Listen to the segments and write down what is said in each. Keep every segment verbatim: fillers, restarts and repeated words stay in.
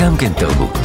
גם כן תרבות.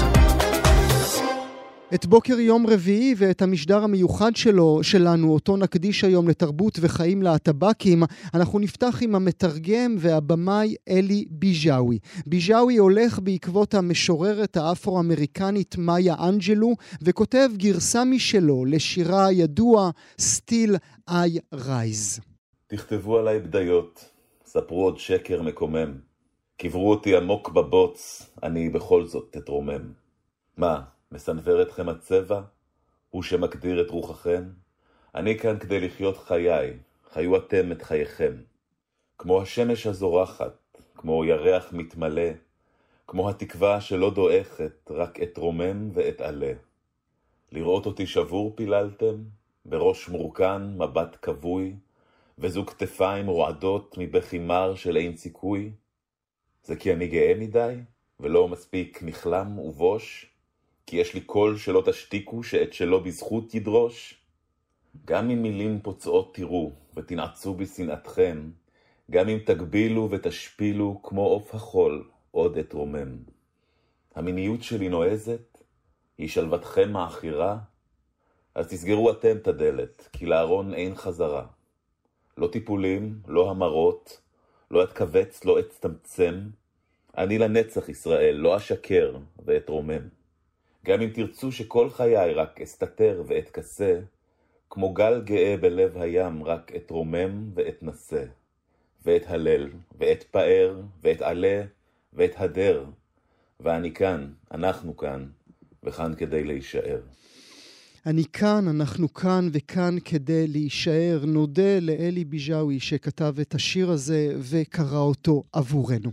את בוקר יום רביעי ואת המשדר המיוחד שלו, שלנו, אותו נקדיש היום לתרבות וחיים להטבקים, אנחנו נפתח עם המתרגם והבמאי אלי ביג'אווי. ביג'אווי הולך בעקבות המשוררת האפרו-אמריקנית מאיה אנג'לו, וכותב גרסה משלו לשירה הידוע Still I Rise. תכתבו עליי בדיות, ספרו עוד שקר מקומם. קברו אותי עמוק בבוץ, אני בכל זאת תתרומם. מה? מסנבר אתכם הצבע? הוא שמקדיר את רוחכם? אני כאן כדי לחיות חיי, חיו אתם את חייכם. כמו השמש הזורחת, כמו ירח מתמלא, כמו התקווה שלא דועכת, רק אתרומם ואתעלה. לראות אותי שבור פיללתם, בראש מורכן, מבט כבוי, וזו כתפיים רועדות מבחימר של אין סיכוי? זה כי אני גאה מדי, ולא מספיק נכלם ובוש? כי יש לי קול שלא תשתיקו, שאת שלא בזכות ידרוש? גם אם מילים פוצעות תראו, ותנעצו בשנאתכם, גם אם תגבילו ותשפילו, כמו עוף החול, עוד אתרומם. המיניות שלי נועזת, היא שלוותכם האחירה, אז תסגרו אתם את הדלת, כי לארון אין חזרה. לא טיפולים, לא המרות, לא אתכווץ, לא אצטמצם. אני לנצח ישראל, לא אשקר ואתרומם. גם אם תרצו שכל חיי רק אסתתר ואתכסה, כמו גל גאה בלב הים רק אתרומם ואתנסה, ואתהלל, ואתפאר, ואתעלה, ואתהדר. ואני כאן, אנחנו כאן, וכאן כדי להישאר. אני כאן, אנחנו כאן וכאן כדי להישאר. נודה לאלי ביג'אווי שכתב את השיר הזה וקרא אותו עבורנו.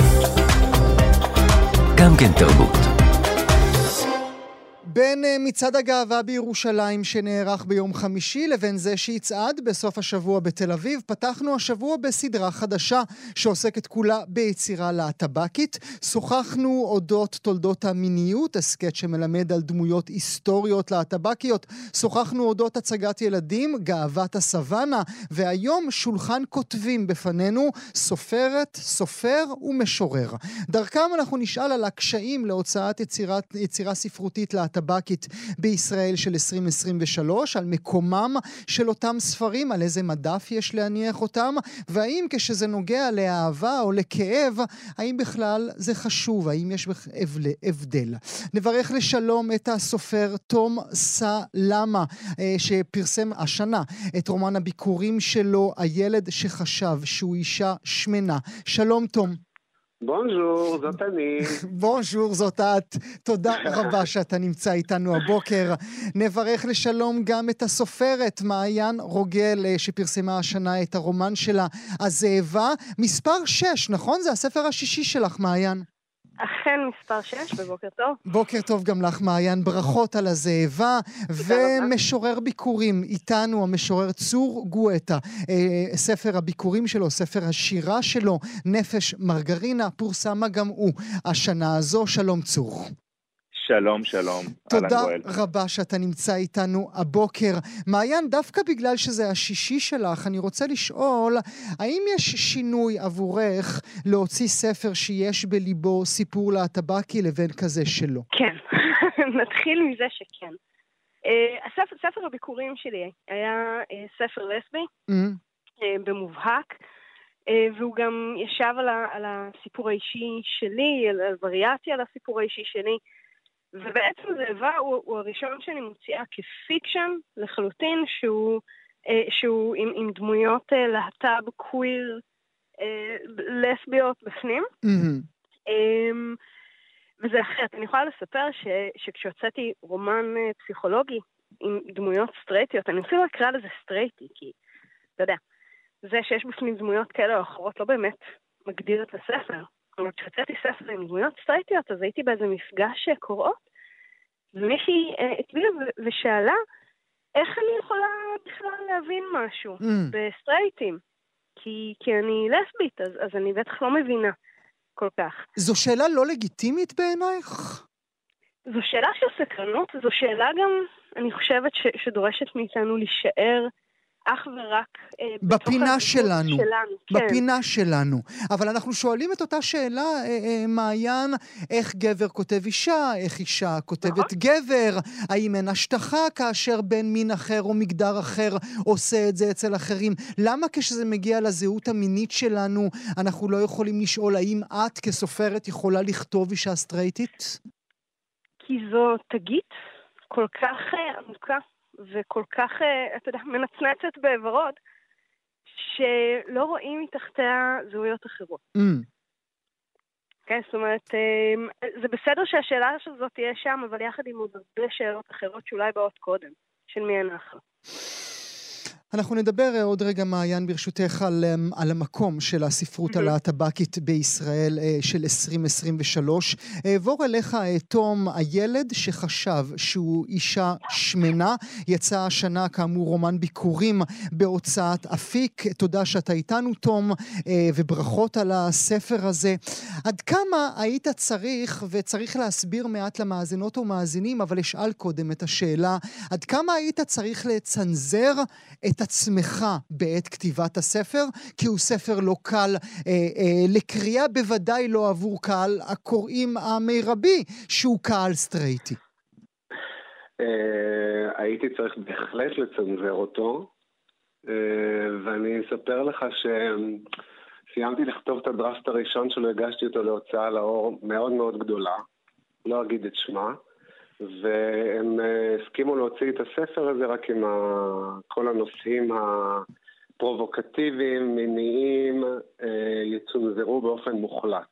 גם כן תרבות. בין מצעד הגאווה בירושלים שנערך ביום חמישי לבין זה שיצעד בסוף השבוע בתל אביב, פתחנו השבוע בסדרה חדשה שעוסקת כולה ביצירה להטבקית. שוחחנו אודות תולדות המיניות, הסקט שמלמד על דמויות היסטוריות להטבקיות. שוחחנו אודות הצגת ילדים, גאוות הסוואנה, והיום שולחן כותבים בפנינו, סופרת, סופר ומשורר. דרכם אנחנו נשאל על הקשיים להוצאת יצירת, יצירה ספרותית להטבקית בישראל של עשרים עשרים ושלוש, על מקומם של אותם ספרים, על איזה מדף יש להניח אותם, והאם כשזה נוגע לאהבה או לכאב, האם בכלל זה חשוב, האם יש הבדל. נברך לשלום את הסופר תום סלמה, שפרסם השנה את רומן הביקורים שלו, הילד שחשב שהוא אישה שמנה. שלום תום. בונז'ור, זאת אני. בונז'ור, זאת את. תודה רבה שאתה נמצא איתנו הבוקר. נברך לשלום גם את הסופרת מעיין רוגל, שפרסמה השנה את הרומן שלה, הזאבה, מספר שש, נכון? זה הספר השישי שלך, מעיין. אכן מספר שש, ובוקר טוב. בוקר טוב גם לך, מעיין. ברכות על הזאבה. ומשורר ביקורים איתנו, המשורר צור גואטה. אה, ספר הביקורים שלו, ספר השירה שלו, נפש מרגרינה, פורסם גם הוא השנה הזו. שלום צור. שלום, שלום. תודה רבה שאתה נמצא איתנו הבוקר. מעיין, דווקא בגלל שזה השישי שלך, אני רוצה לשאול, האם יש שינוי עבורך להוציא ספר שיש בליבו סיפור להטבקי לבין כזה שלו? כן, נתחיל מזה שכן. Uh, הספר, ספר הביקורים שלי היה uh, ספר לסבי, mm-hmm. uh, במובהק, uh, והוא גם ישב על, ה, על הסיפור האישי שלי, על, על וריאציה על הסיפור האישי שלי, ובעצם זאבה הוא, הוא הראשון שאני מוציאה כפיקשן לחלוטין, שהוא, אה, שהוא עם, עם דמויות אה, להט"ב, קוויר, אה, לסביות בפנים. Mm-hmm. אה, וזה אחרת. אני יכולה לספר ש, שכשהוצאתי רומן אה, פסיכולוגי עם דמויות סטרייטיות, אני אפילו אקרא לזה סטרייטי, כי אתה יודע, זה שיש בפנים דמויות כאלה או אחרות לא באמת מגדיר את הספר. אבל כשהוצאתי ספר עם דמויות סטרייטיות, אז הייתי באיזה מפגש קוראות, ומישהי התבילה ושאלה, איך אני יכולה בכלל להבין משהו mm. בסטרייטים? כי, כי אני לסבית, אז, אז אני בטח לא מבינה כל כך. זו שאלה לא לגיטימית בעינייך? זו שאלה של סקרנות, זו שאלה גם, אני חושבת ש, שדורשת מאיתנו להישאר אך ורק בפינה שלנו, שלנו. בפינה שלנו. אבל אנחנו שואלים את אותה שאלה, מעיין, איך גבר כותב אישה, איך אישה כותבת גבר, האם אין השטחה כאשר בן מין אחר או מגדר אחר עושה את זה אצל אחרים? למה כשזה מגיע לזהות המינית שלנו, אנחנו לא יכולים לשאול האם את כסופרת יכולה לכתוב אישה סטרייטית? כי זו תגית כל כך עמוקה. וכל כך, אתה יודע, מנצנצת בעברות, שלא רואים מתחתיה זהויות אחרות. Mm. כן, זאת אומרת, זה בסדר שהשאלה הזאת תהיה שם, אבל יחד עם עוד הרבה שאלות אחרות שאולי באות קודם, של מי אנחנו. אנחנו נדבר עוד רגע, מעיין, ברשותך, על, על המקום של הספרות הלהט"בקית בישראל של עשרים עשרים ושלוש. עבור אליך, תום, הילד שחשב שהוא אישה שמנה, יצא השנה כאמור רומן ביקורים בהוצאת אפיק. תודה שאתה איתנו, תום, וברכות על הספר הזה. עד כמה היית צריך, וצריך להסביר מעט למאזינות ומאזינים, אבל אשאל קודם את השאלה, עד כמה היית צריך לצנזר את עצמך בעת כתיבת הספר, כי הוא ספר לא קל אה, אה, לקריאה, בוודאי לא עבור קהל הקוראים המרבי, שהוא קהל סטרייטי. אה, הייתי צריך בהחלט לצנזר אותו, אה, ואני אספר לך שסיימתי לכתוב את הדרפט הראשון שלו, הגשתי אותו להוצאה לאור מאוד מאוד גדולה, לא אגיד את שמה, והם הסכימו להוציא את הספר הזה רק עם כל הנושאים הפרובוקטיביים, מיניים, יצונזרו באופן מוחלט.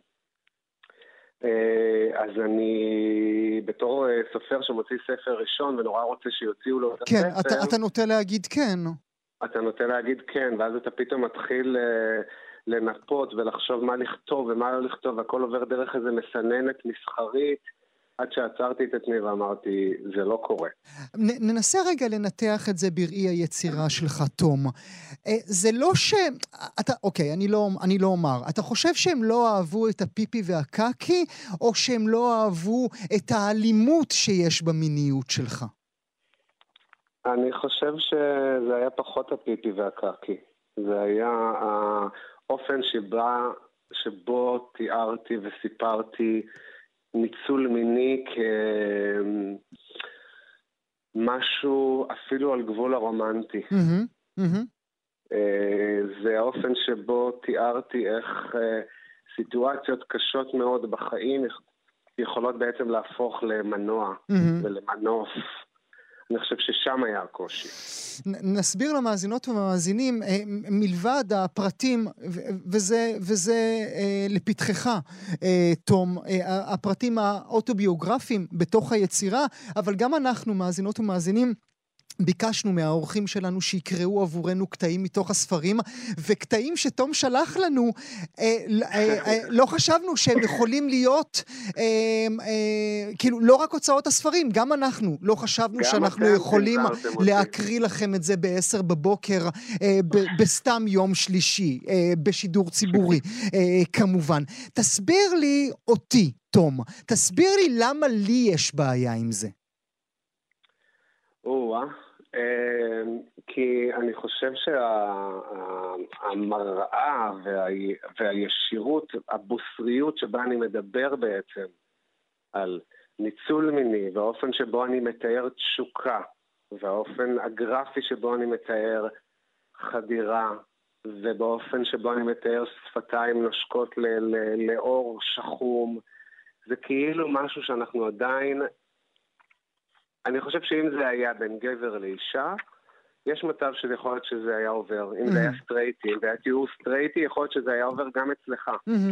אז אני, בתור סופר שמוציא ספר ראשון ונורא רוצה שיוציאו לו את הספר... כן, אתה, אתה נוטה להגיד כן. אתה נוטה להגיד כן, ואז אתה פתאום מתחיל לנפות ולחשוב מה לכתוב ומה לא לכתוב, והכל עובר דרך איזה מסננת מסחרית, עד שעצרתי את עצמי ואמרתי, זה לא קורה. נ, ננסה רגע לנתח את זה בראי היצירה שלך, תום. זה לא ש... אתה, אוקיי, אני לא, אני לא אומר. אתה חושב שהם לא אהבו את הפיפי והקקי, או שהם לא אהבו את האלימות שיש במיניות שלך? אני חושב שזה היה פחות הפיפי והקקי. זה היה האופן שבה, שבו תיארתי וסיפרתי ניצול מיני כמשהו אפילו על גבול הרומנטי. Mm-hmm, mm-hmm. זה האופן שבו תיארתי איך סיטואציות קשות מאוד בחיים יכולות בעצם להפוך למנוע mm-hmm. ולמנוף. אני חושב ששם היה הקושי. נסביר למאזינות ומאזינים, מלבד הפרטים, וזה, וזה לפתחך, תום, הפרטים האוטוביוגרפיים בתוך היצירה, אבל גם אנחנו, מאזינות ומאזינים, ביקשנו מהאורחים שלנו שיקראו עבורנו קטעים מתוך הספרים, וקטעים שתום שלח לנו, אה, אה, אה, לא חשבנו שהם יכולים להיות, אה, אה, כאילו, לא רק הוצאות הספרים, גם אנחנו לא חשבנו שאנחנו יכולים להקריא לכם את זה בעשר בבוקר, אה, ב- בסתם יום שלישי, אה, בשידור ציבורי, אה, כמובן. תסביר לי אותי, תום, תסביר לי למה לי יש בעיה עם זה. או-אה. כי אני חושב שהמראה והישירות, הבוסריות שבה אני מדבר בעצם על ניצול מיני, והאופן שבו אני מתאר תשוקה, והאופן הגרפי שבו אני מתאר חדירה, ובאופן שבו אני מתאר שפתיים נושקות לאור שחום, זה כאילו משהו שאנחנו עדיין... אני חושב שאם זה היה בין גבר לאישה, יש מצב שזה יכול להיות שזה היה עובר. אם זה היה סטרייטי, אם זה היה תיאור סטרייטי, יכול להיות שזה היה עובר גם אצלך.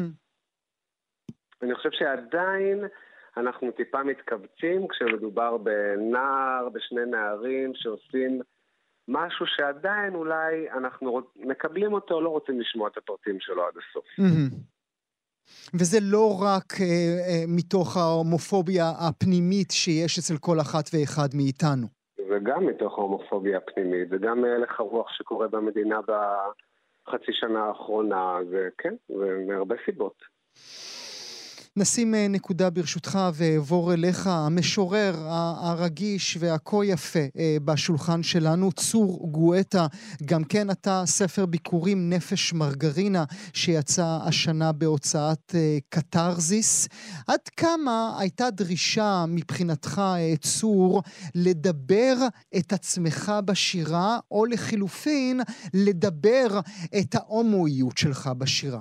אני חושב שעדיין אנחנו טיפה מתכווצים כשמדובר בנער, בשני נערים שעושים משהו שעדיין אולי אנחנו מקבלים אותו, לא רוצים לשמוע את הפרטים שלו עד הסוף. וזה לא רק אה, אה, מתוך ההומופוביה הפנימית שיש אצל כל אחת ואחד מאיתנו. זה גם מתוך ההומופוביה הפנימית, זה גם הלך הרוח שקורה במדינה בחצי שנה האחרונה, זה כן, זה מהרבה סיבות. נשים נקודה ברשותך ועבור אליך, המשורר הרגיש והכה יפה בשולחן שלנו, צור גואטה, גם כן אתה ספר ביקורים נפש מרגרינה שיצא השנה בהוצאת קטרזיס. עד כמה הייתה דרישה מבחינתך, צור, לדבר את עצמך בשירה, או לחילופין לדבר את ההומואיות שלך בשירה?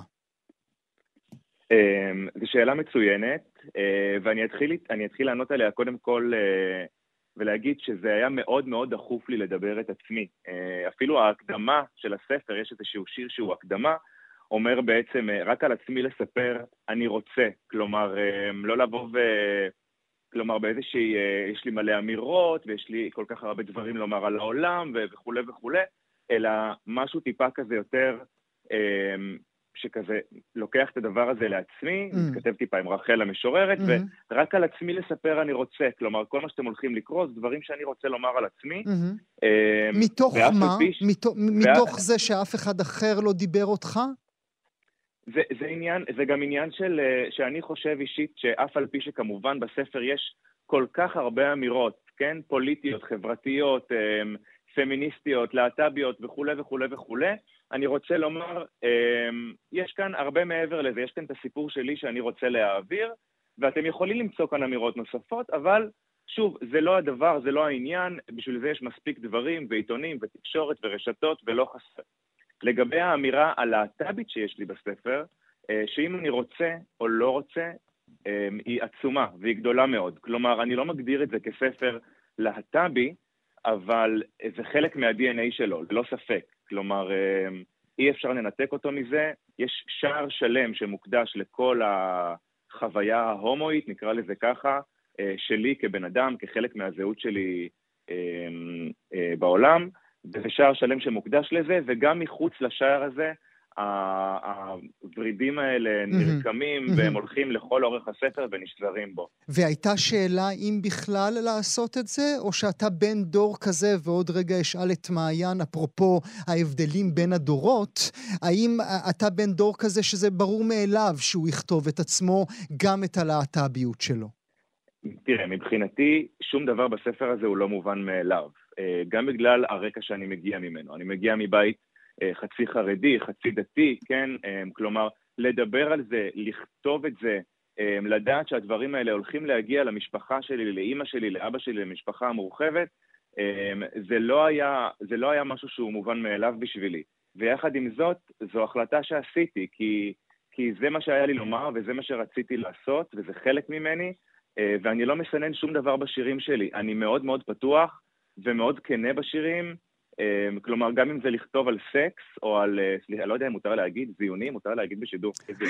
זו שאלה מצוינת, ואני אתחיל, אני אתחיל לענות עליה קודם כל ולהגיד שזה היה מאוד מאוד דחוף לי לדבר את עצמי. אפילו ההקדמה של הספר, יש איזשהו שיר שהוא הקדמה, אומר בעצם רק על עצמי לספר אני רוצה, כלומר לא לבוא ו... כלומר באיזושהי, יש לי מלא אמירות ויש לי כל כך הרבה דברים לומר על העולם וכו' וכו', אלא משהו טיפה כזה יותר... שכזה לוקח את הדבר הזה לעצמי, mm. מתכתב טיפה עם רחל המשוררת, mm-hmm. ורק על עצמי לספר אני רוצה, כלומר כל מה שאתם הולכים לקרוא, זה דברים שאני רוצה לומר על עצמי. Mm-hmm. אה, מתוך מה? פיש, מתוך, ואת... מתוך זה שאף אחד אחר לא דיבר אותך? זה, זה, עניין, זה גם עניין של, שאני חושב אישית, שאף על פי שכמובן בספר יש כל כך הרבה אמירות, כן? פוליטיות, חברתיות, פמיניסטיות, להט"ביות וכו' וכו' וכו', אני רוצה לומר, יש כאן הרבה מעבר לזה, יש כאן את הסיפור שלי שאני רוצה להעביר, ואתם יכולים למצוא כאן אמירות נוספות, אבל שוב, זה לא הדבר, זה לא העניין, בשביל זה יש מספיק דברים ועיתונים ותקשורת ורשתות ולא חסר. לגבי האמירה הלהט"בית שיש לי בספר, שאם אני רוצה או לא רוצה, היא עצומה והיא גדולה מאוד. כלומר, אני לא מגדיר את זה כספר להט"בי, אבל זה חלק מה-די אן איי שלו, ללא ספק. כלומר, אי אפשר לנתק אותו מזה. יש שער שלם שמוקדש לכל החוויה ההומואית, נקרא לזה ככה, שלי כבן אדם, כחלק מהזהות שלי בעולם, וזה שער שלם שמוקדש לזה, וגם מחוץ לשער הזה, הוורידים האלה נרקמים, והם הולכים לכל אורך הספר ונשזרים בו. והייתה שאלה אם בכלל לעשות את זה, או שאתה בן דור כזה, ועוד רגע אשאל את מעיין, אפרופו ההבדלים בין הדורות, האם אתה בן דור כזה שזה ברור מאליו שהוא יכתוב את עצמו, גם את הלהט"ביות שלו? תראה, מבחינתי, שום דבר בספר הזה הוא לא מובן מאליו. גם בגלל הרקע שאני מגיע ממנו. אני מגיע מבית חצי חרדי, חצי דתי, כן? כלומר, לדבר על זה, לכתוב את זה, לדעת שהדברים האלה הולכים להגיע למשפחה שלי, לאמא שלי, לאבא שלי, למשפחה המורחבת, זה לא היה, זה לא היה משהו שהוא מובן מאליו בשבילי. ויחד עם זאת, זו החלטה שעשיתי, כי, כי זה מה שהיה לי לומר, וזה מה שרציתי לעשות, וזה חלק ממני, ואני לא מסנן שום דבר בשירים שלי. אני מאוד מאוד פתוח, ומאוד כנה בשירים, כלומר, גם אם זה לכתוב על סקס, או על, סליחה, לא יודע אם מותר להגיד, זיונים, מותר להגיד בשידור.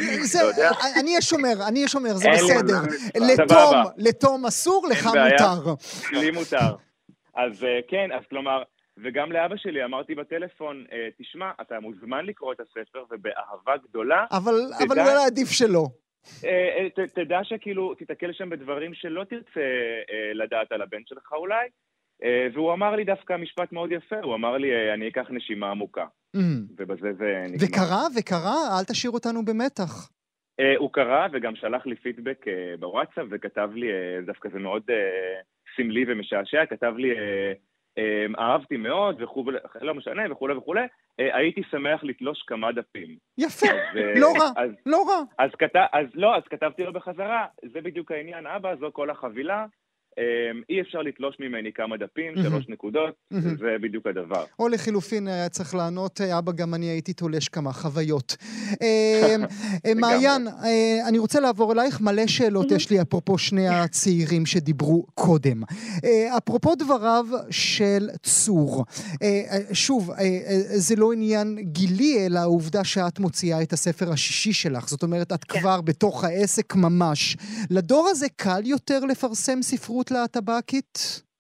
אני אשומר, אני אשומר, זה בסדר. לתום אסור, לך מותר. לי מותר. אז כן, אז כלומר, וגם לאבא שלי אמרתי בטלפון, תשמע, אתה מוזמן לקרוא את הספר, ובאהבה גדולה. אבל לא עדיף שלא. תדע שכאילו, תתקל שם בדברים שלא תרצה לדעת על הבן שלך אולי, והוא אמר לי דווקא משפט מאוד יפה, הוא אמר לי, אני אקח נשימה עמוקה. ובזה זה נגמר. וקרה, וקרה, אל תשאיר אותנו במתח. הוא קרה, וגם שלח לי פידבק בוואטסאפ, וכתב לי, דווקא זה מאוד סמלי ומשעשע, כתב לי, אהבתי מאוד, וכו', לא משנה, וכו' וכו', הייתי שמח לתלוש כמה דפים. יפה, לא רע, לא רע. אז לא, אז כתבתי לו בחזרה, זה בדיוק העניין, אבא, זו כל החבילה, אי אפשר לתלוש ממני כמה דפים, שלוש נקודות, זה בדיוק הדבר. או לחילופין, צריך לענות, אבא, גם אני הייתי תולש כמה חוויות. מעיין, אני רוצה לעבור אלייך, מלא שאלות יש לי, אפרופו שני הצעירים שדיברו קודם. אפרופו דבריו של צור, שוב, זה לא עניין גילי, אלא העובדה שאת מוציאה את הספר השישי שלך, זאת אומרת, את כבר בתוך העסק ממש. לדור הזה קל יותר לפרסם ספרות להטבקית?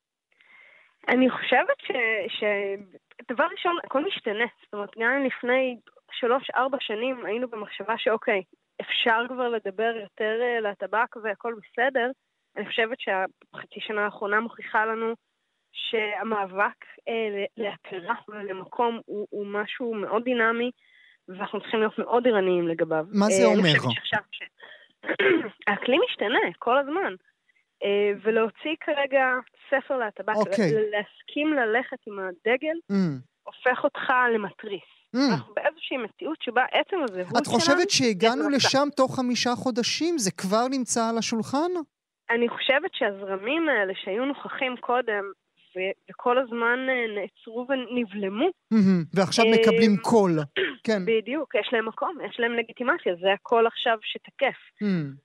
אני חושבת ש... ש... דבר ראשון, הכל משתנה. זאת אומרת, גם לפני שלוש, ארבע שנים היינו במחשבה שאוקיי, אפשר כבר לדבר יותר להטבק והכל בסדר. אני חושבת שהחצי שנה האחרונה מוכיחה לנו שהמאבק אה, להכרה ולמקום הוא, הוא משהו מאוד דינמי, ואנחנו צריכים להיות מאוד ערניים לגביו. מה זה אומר? אני חושבת שעכשיו ש... משתנה כל הזמן. ולהוציא כרגע ספר להטבק, אוקיי. להסכים ללכת עם הדגל, Mm. הופך אותך למטריס. Mm. אנחנו באיזושהי מציאות שבה עצם הזהות שלנו... את חושבת שהגענו התרסה. לשם תוך חמישה חודשים? זה כבר נמצא על השולחן? אני חושבת שהזרמים האלה שהיו נוכחים קודם, ו- וכל הזמן נעצרו ונבלמו. Mm-hmm. ועכשיו מקבלים קול. כן. בדיוק, יש להם מקום, יש להם לגיטימציה, זה הכל עכשיו שתקף. Mm.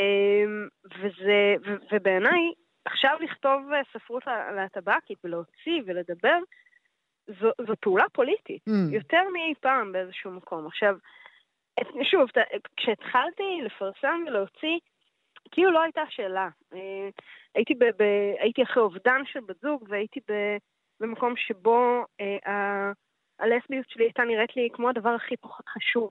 וזה, ו- ובעיניי, עכשיו לכתוב ספרות להטבקית ולהוציא ולדבר, זו, זו פעולה פוליטית, mm. יותר מאי פעם באיזשהו מקום. עכשיו, שוב, כשהתחלתי לפרסם ולהוציא, כאילו לא הייתה שאלה. הייתי, ב, ב, הייתי אחרי אובדן של בת זוג, והייתי ב, במקום שבו ה, הלסביות שלי הייתה נראית לי כמו הדבר הכי פחות חשוב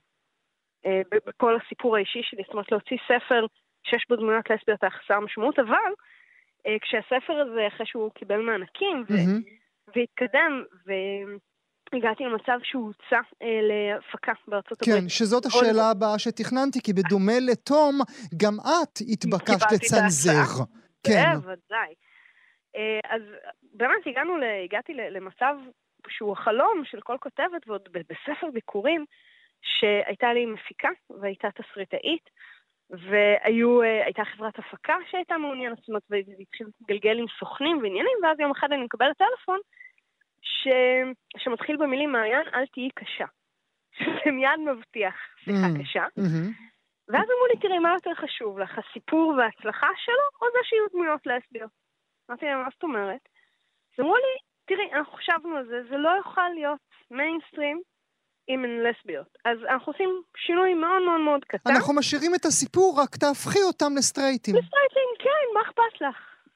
בכל הסיפור האישי שלי. זאת אומרת, להוציא ספר שיש בו דמויות לסביות החסר משמעות, אבל כשהספר הזה, אחרי שהוא קיבל מענקים, ו... Mm-hmm. והתקדם, והגעתי למצב שהוא הוצא אה, להפקה בארצות הברית. כן, שזאת השאלה הבאה שתכננתי, כי בדומה לתום, גם את התבקשת לצנזר. כן. בוודאי. אה, אז באמת הגענו, הגעתי למצב שהוא החלום של כל כותבת, ועוד בספר ביקורים, שהייתה לי מפיקה, והייתה תסריטאית, והייתה חברת הפקה שהייתה מעוניינת, זאת אומרת, והתחיל להתגלגל עם סוכנים ועניינים, ואז יום אחד אני מקבלת טלפון, ש... שמתחיל במילים מעיין, אל תהיי קשה. שזה מיד מבטיח שיחה mm-hmm. קשה. Mm-hmm. ואז אמרו לי, תראי, מה יותר חשוב לך, הסיפור וההצלחה שלו, או זה שיהיו דמויות לסביות? אמרתי להם, מה זאת אומרת? אז אמרו לי, תראי, אנחנו חשבנו על זה, זה לא יוכל להיות מיינסטרים, אם הן לסביות. אז אנחנו עושים שינוי מאוד מאוד מאוד קטן. אנחנו משאירים את הסיפור, רק תהפכי אותם לסטרייטים. לסטרייטים, כן, מה אכפת לך?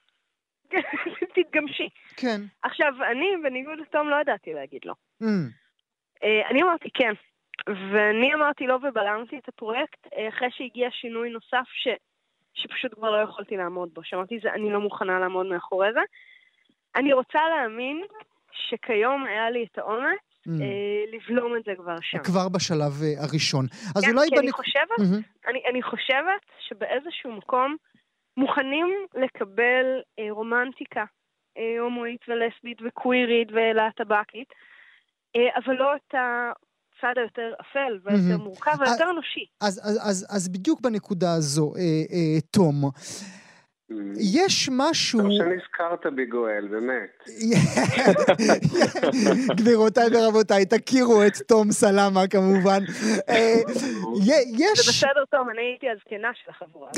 תתגמשי. כן. עכשיו, אני בניגוד לתום לא ידעתי להגיד לו. Mm. אני אמרתי כן, ואני אמרתי לא ובלמתי את הפרויקט, אחרי שהגיע שינוי נוסף ש... שפשוט כבר לא יכולתי לעמוד בו. שאמרתי, זה, אני לא מוכנה לעמוד מאחורי זה. אני רוצה להאמין שכיום היה לי את האומץ, Mm. לבלום את זה כבר שם. כבר בשלב הראשון. אז כן, אולי כי בנק... אני חושבת, mm-hmm. אני, אני חושבת שבאיזשהו מקום מוכנים לקבל אה, רומנטיקה אה, הומואית ולסבית וקווירית ולהטבקית, אה, אבל לא את הצד היותר אפל ויותר mm-hmm. מורכב ויותר אנושי. אז, אז, אז, אז בדיוק בנקודה הזו, אה, אה, תום, יש משהו... טוב שנזכרת ביגואל, באמת. גבירותיי ורבותיי, תכירו את תום סלמה כמובן. זה בסדר תום, אני הייתי הזקנה של החבורה.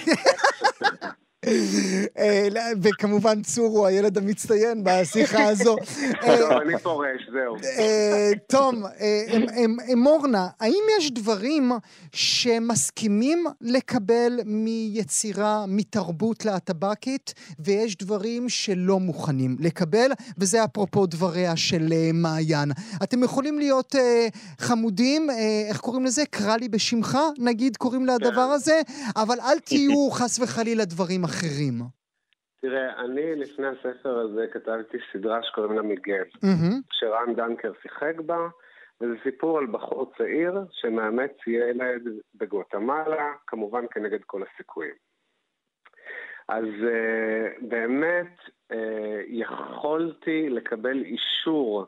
וכמובן צור הוא הילד המצטיין בשיחה הזו. טוב, אני פורש, זהו. תום, מורנה, האם יש דברים שמסכימים לקבל מיצירה, מתרבות להטבקית, ויש דברים שלא מוכנים לקבל, וזה אפרופו דבריה של מעיין. אתם יכולים להיות חמודים, איך קוראים לזה? קרא לי בשמך, נגיד קוראים לדבר הזה, אבל אל תהיו חס וחלילה דברים אחרים. תראה, אני לפני הספר הזה כתבתי סדרה שקוראים לה מיגל, שרן דנקר שיחק בה, וזה סיפור על בחור צעיר שמאמץ ילד בגואטמלה, כמובן כנגד כל הסיכויים. אז uh, באמת uh, יכולתי לקבל אישור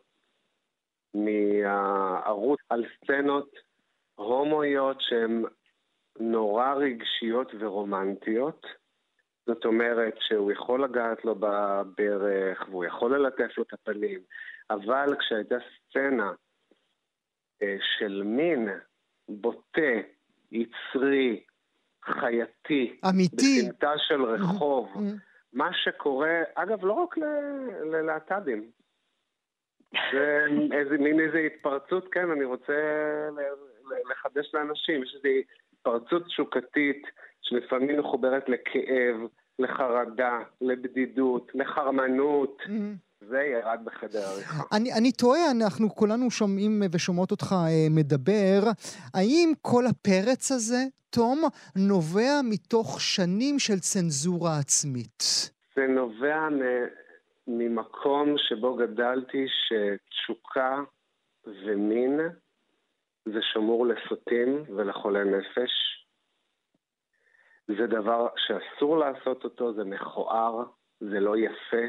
מהערוץ על סצנות הומואיות שהן נורא רגשיות ורומנטיות. זאת אומרת שהוא יכול לגעת לו בברך, והוא יכול ללטף לו את הפנים, אבל כשהייתה סצנה אה, של מין בוטה, יצרי, חייתי, אמיתי, בסמטה של רחוב, מה שקורה, אגב, לא רק ללהט"בים, זה איזה, מין איזו התפרצות, כן, אני רוצה לחדש לאנשים, יש איזו התפרצות שוקתית, שלפעמים מחוברת לכאב, לחרדה, לבדידות, לחרמנות. Mm-hmm. זה ירד בחדר עריכה. אני, אני טועה, אנחנו כולנו שומעים ושומעות אותך אה, מדבר. האם כל הפרץ הזה, תום, נובע מתוך שנים של צנזורה עצמית? זה נובע מ- ממקום שבו גדלתי שתשוקה ומין זה שמור לסוטים ולחולי נפש. זה דבר שאסור לעשות אותו, זה מכוער, זה לא יפה.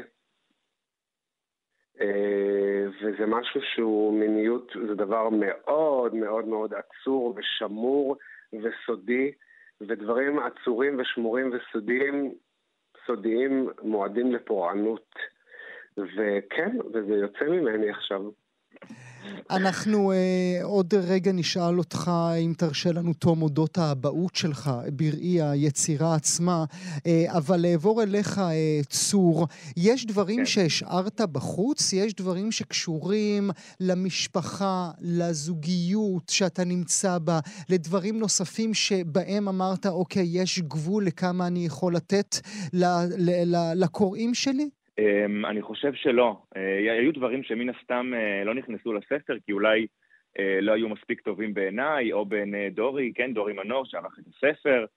וזה משהו שהוא מיניות, זה דבר מאוד מאוד מאוד עצור ושמור וסודי, ודברים עצורים ושמורים וסודיים, סודיים מועדים לפורענות. וכן, וזה יוצא ממני עכשיו. אנחנו אה, עוד רגע נשאל אותך, אם תרשה לנו תום, אודות האבהות שלך בראי היצירה עצמה, אה, אבל לעבור אליך, אה, צור, יש דברים כן. שהשארת בחוץ? יש דברים שקשורים למשפחה, לזוגיות שאתה נמצא בה, לדברים נוספים שבהם אמרת, אוקיי, יש גבול לכמה אני יכול לתת ל- ל- ל- לקוראים שלי? Um, אני חושב שלא. Uh, היו דברים שמן הסתם uh, לא נכנסו לספר, כי אולי uh, לא היו מספיק טובים בעיניי, או בין uh, דורי, כן, דורי מנור, שערך את הספר.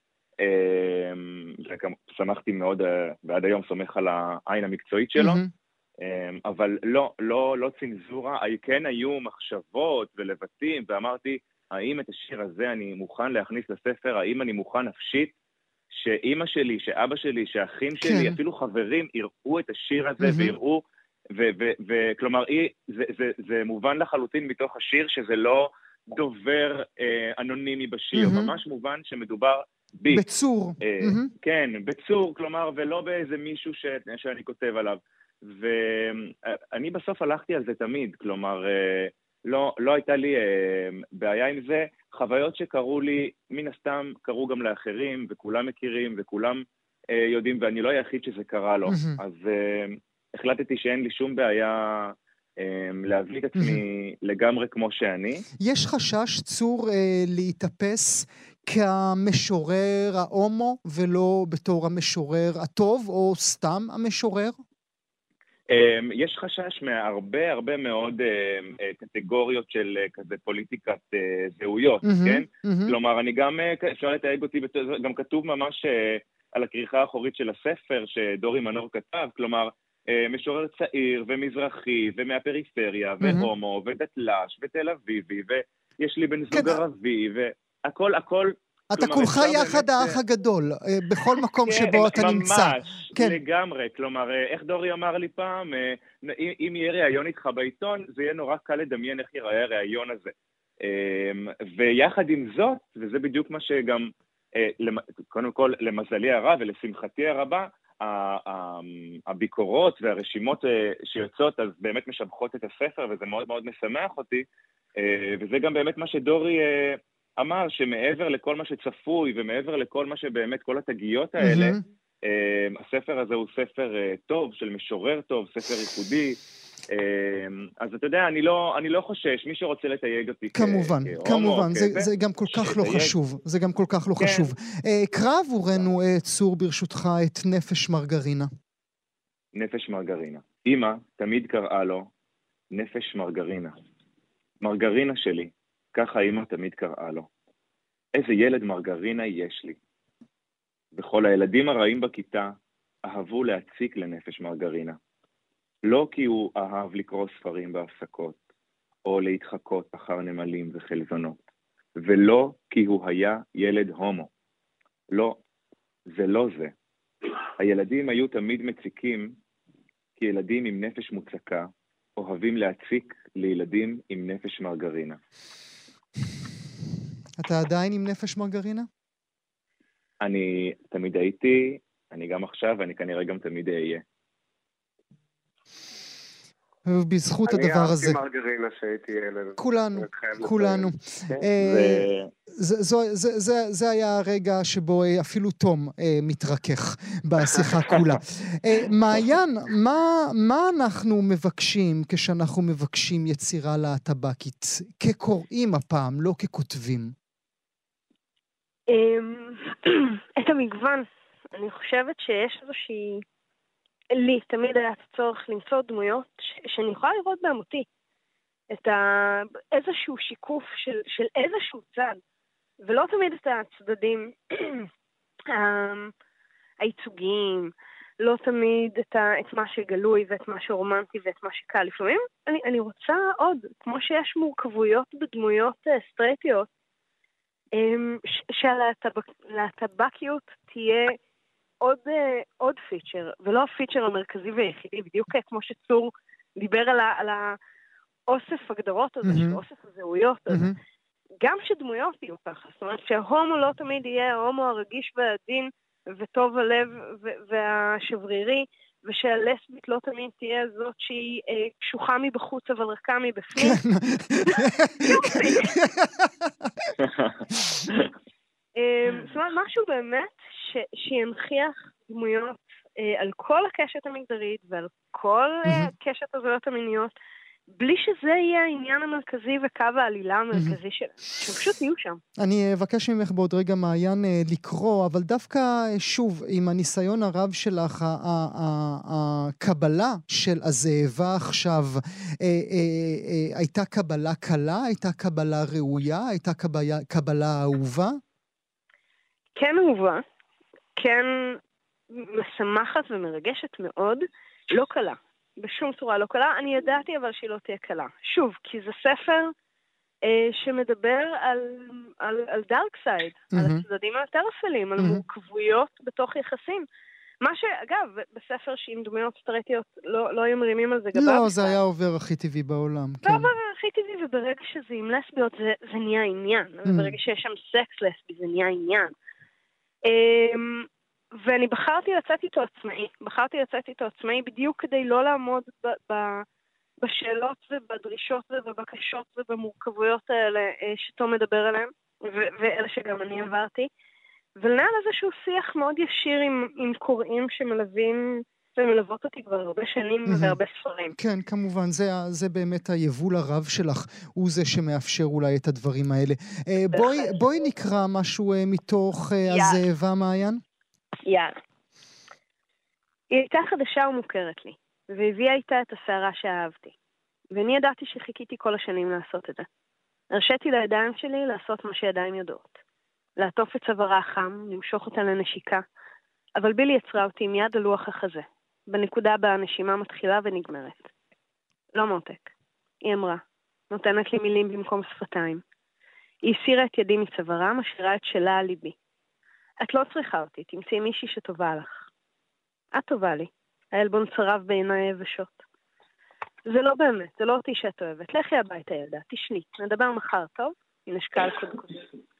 Uh, שמחתי מאוד, uh, ועד היום סומך על העין המקצועית שלו. Mm-hmm. Um, אבל לא, לא, לא צנזורה. כן היו מחשבות ולבטים, ואמרתי, האם את השיר הזה אני מוכן להכניס לספר? האם אני מוכן נפשית? שאימא שלי, שאבא שלי, שהאחים שלי, כן. אפילו חברים, יראו את השיר הזה mm-hmm. ויראו, וכלומר, זה, זה, זה מובן לחלוטין מתוך השיר שזה לא דובר אה, אנונימי בשיר, mm-hmm. ממש מובן שמדובר בי. בצור. אה, mm-hmm. כן, בצור, כלומר, ולא באיזה מישהו ש, שאני כותב עליו. ואני בסוף הלכתי על זה תמיד, כלומר, אה, לא, לא הייתה לי אה, בעיה עם זה, חוויות שקראו לי, מן הסתם קראו גם לאחרים, וכולם מכירים, וכולם אה, יודעים, ואני לא היחיד שזה קרה לו. Mm-hmm. אז אה, החלטתי שאין לי שום בעיה אה, להביא את עצמי mm-hmm. לגמרי כמו שאני. יש חשש, צור, אה, להתאפס כמשורר ההומו, ולא בתור המשורר הטוב, או סתם המשורר? יש חשש מהרבה הרבה מאוד קטגוריות של כזה פוליטיקת זהויות, כן? כלומר, אני גם, אפשר לתייג אותי, גם כתוב ממש על הכריכה האחורית של הספר שדורי מנור כתב, כלומר, משורר צעיר ומזרחי ומהפריפריה והומו ודתל"ש ותל אביבי, ויש לי בן זוג ערבי, והכל, הכל... אתה כולך יחד האח הגדול, בכל מקום שבו אתה נמצא. ממש, לגמרי. כלומר, איך דורי אמר לי פעם, אם יהיה ראיון איתך בעיתון, זה יהיה נורא קל לדמיין איך ייראה הראיון הזה. ויחד עם זאת, וזה בדיוק מה שגם, קודם כל, למזלי הרב ולשמחתי הרבה, הביקורות והרשימות שיוצאות, אז באמת משבחות את הספר, וזה מאוד מאוד משמח אותי, וזה גם באמת מה שדורי... אמר שמעבר לכל מה שצפוי ומעבר לכל מה שבאמת, כל התגיות האלה, mm-hmm. הספר הזה הוא ספר טוב, של משורר טוב, ספר ייחודי. אז אתה יודע, אני לא, אני לא חושש, מי שרוצה לתייג אותי כמובן, כהומו, כמובן, זה, זה גם כל כך לא חשוב, זה גם כל כך לא כן. חשוב. קרא עבורנו, צור, ברשותך, את נפש מרגרינה. נפש מרגרינה. אמא תמיד קראה לו נפש מרגרינה. מרגרינה שלי. ככה אמא תמיד קראה לו. איזה ילד מרגרינה יש לי. וכל הילדים הרעים בכיתה אהבו להציק לנפש מרגרינה. לא כי הוא אהב לקרוא ספרים בהפסקות, או להתחקות אחר נמלים וחלזונות, ולא כי הוא היה ילד הומו. לא, זה לא זה. הילדים היו תמיד מציקים, כי ילדים עם נפש מוצקה אוהבים להציק לילדים עם נפש מרגרינה. אתה עדיין עם נפש מרגרינה? אני תמיד הייתי, אני גם עכשיו, ואני כנראה גם תמיד אהיה. ובזכות הדבר הזה... אני אהבתי מרגרינה שהייתי ילד. כולנו, כולנו. זה היה הרגע שבו אפילו תום מתרכך בשיחה כולה. מעיין, מה אנחנו מבקשים כשאנחנו מבקשים יצירה להטב"קית? כקוראים הפעם, לא ככותבים. את המגוון. אני חושבת שיש איזושהי... לי תמיד היה צורך למצוא דמויות ש- שאני יכולה לראות בעמותי. את ה- איזשהו שיקוף של, של איזשהו צד. ולא תמיד את הצדדים הייצוגיים, לא תמיד את, ה- את מה שגלוי ואת מה שרומנטי ואת מה שקל. לפעמים אני, אני רוצה עוד, כמו שיש מורכבויות בדמויות סטרייטיות, שהלהטבקיות תהיה עוד, עוד פיצ'ר, ולא הפיצ'ר המרכזי והיחידי, בדיוק כמו שצור דיבר על, ה, על האוסף הגדרות הזה, mm-hmm. אוסף הזהויות הזה. Mm-hmm. גם שדמויות יהיו ככה, זאת אומרת שההומו לא תמיד יהיה ההומו הרגיש והעדין וטוב הלב והשברירי, ושהלסבית לא תמיד תהיה זאת שהיא אה, קשוחה מבחוץ אבל רכה מבפנים. זאת אומרת, משהו באמת ש, שינכיח דמויות אה, על כל הקשת המגדרית ועל כל אה, קשת הזהויות המיניות, בלי שזה יהיה העניין המרכזי וקו העלילה המרכזי שלהם, שפשוט יהיו שם. אני אבקש ממך בעוד רגע מעיין לקרוא, אבל דווקא שוב, עם הניסיון הרב שלך, הקבלה של הזאבה עכשיו, הייתה קבלה קלה, הייתה קבלה ראויה, הייתה קבלה אהובה? כן אהובה, כן משמחת ומרגשת מאוד, לא קלה. בשום צורה לא קלה. אני ידעתי אבל שהיא לא תהיה קלה. שוב, כי זה ספר אה, שמדבר על, על, על דארק סייד, mm-hmm. על הצדדים היותר אפלים, על mm-hmm. מורכבויות בתוך יחסים. מה שאגב, בספר שעם דמויות סטרייטיות לא, לא היו מרימים על זה גבה. לא, זה היה עובר הכי טבעי בעולם. זה עובר הכי טבעי, וברגע שזה עם לסביות זה, זה נהיה עניין. Mm-hmm. וברגע שיש שם סקס לסבי זה נהיה עניין. אה, ואני בחרתי לצאת איתו עצמאי, בחרתי לצאת איתו עצמאי בדיוק כדי לא לעמוד ב- ב- בשאלות ובדרישות ובבקשות ובמורכבויות האלה שתום מדבר עליהם, ו- ואלה שגם אני עברתי, ולנהל איזשהו שיח מאוד ישיר עם, עם קוראים שמלווים ומלוות אותי כבר הרבה שנים mm-hmm. והרבה ספרים. כן, כמובן, זה, זה באמת היבול הרב שלך, הוא זה שמאפשר אולי את הדברים האלה. בואי, בואי נקרא משהו מתוך הזאבה מעיין. יאללה. היא הייתה חדשה ומוכרת לי, והביאה איתה את השערה שאהבתי. ואני ידעתי שחיכיתי כל השנים לעשות את זה. הרשיתי לידיים שלי לעשות מה שידיים יודעות. לעטוף את צווארה החם, למשוך אותה לנשיקה, אבל בילי יצרה אותי עם יד על לוח החזה, בנקודה בה הנשימה מתחילה ונגמרת. לא מותק, היא אמרה, נותנת לי מילים במקום שפתיים. היא הסירה את ידי מצווארה, משאירה את שלה על ליבי. את לא צריכה אותי, תמצאי מישהי שטובה לך. את טובה לי. האלבון צרב בעיניי יבשות. זה לא באמת, זה לא אותי שאת אוהבת. לכי הביתה ילדה, תשני, נדבר מחר, טוב? היא נשקה על קודקוד.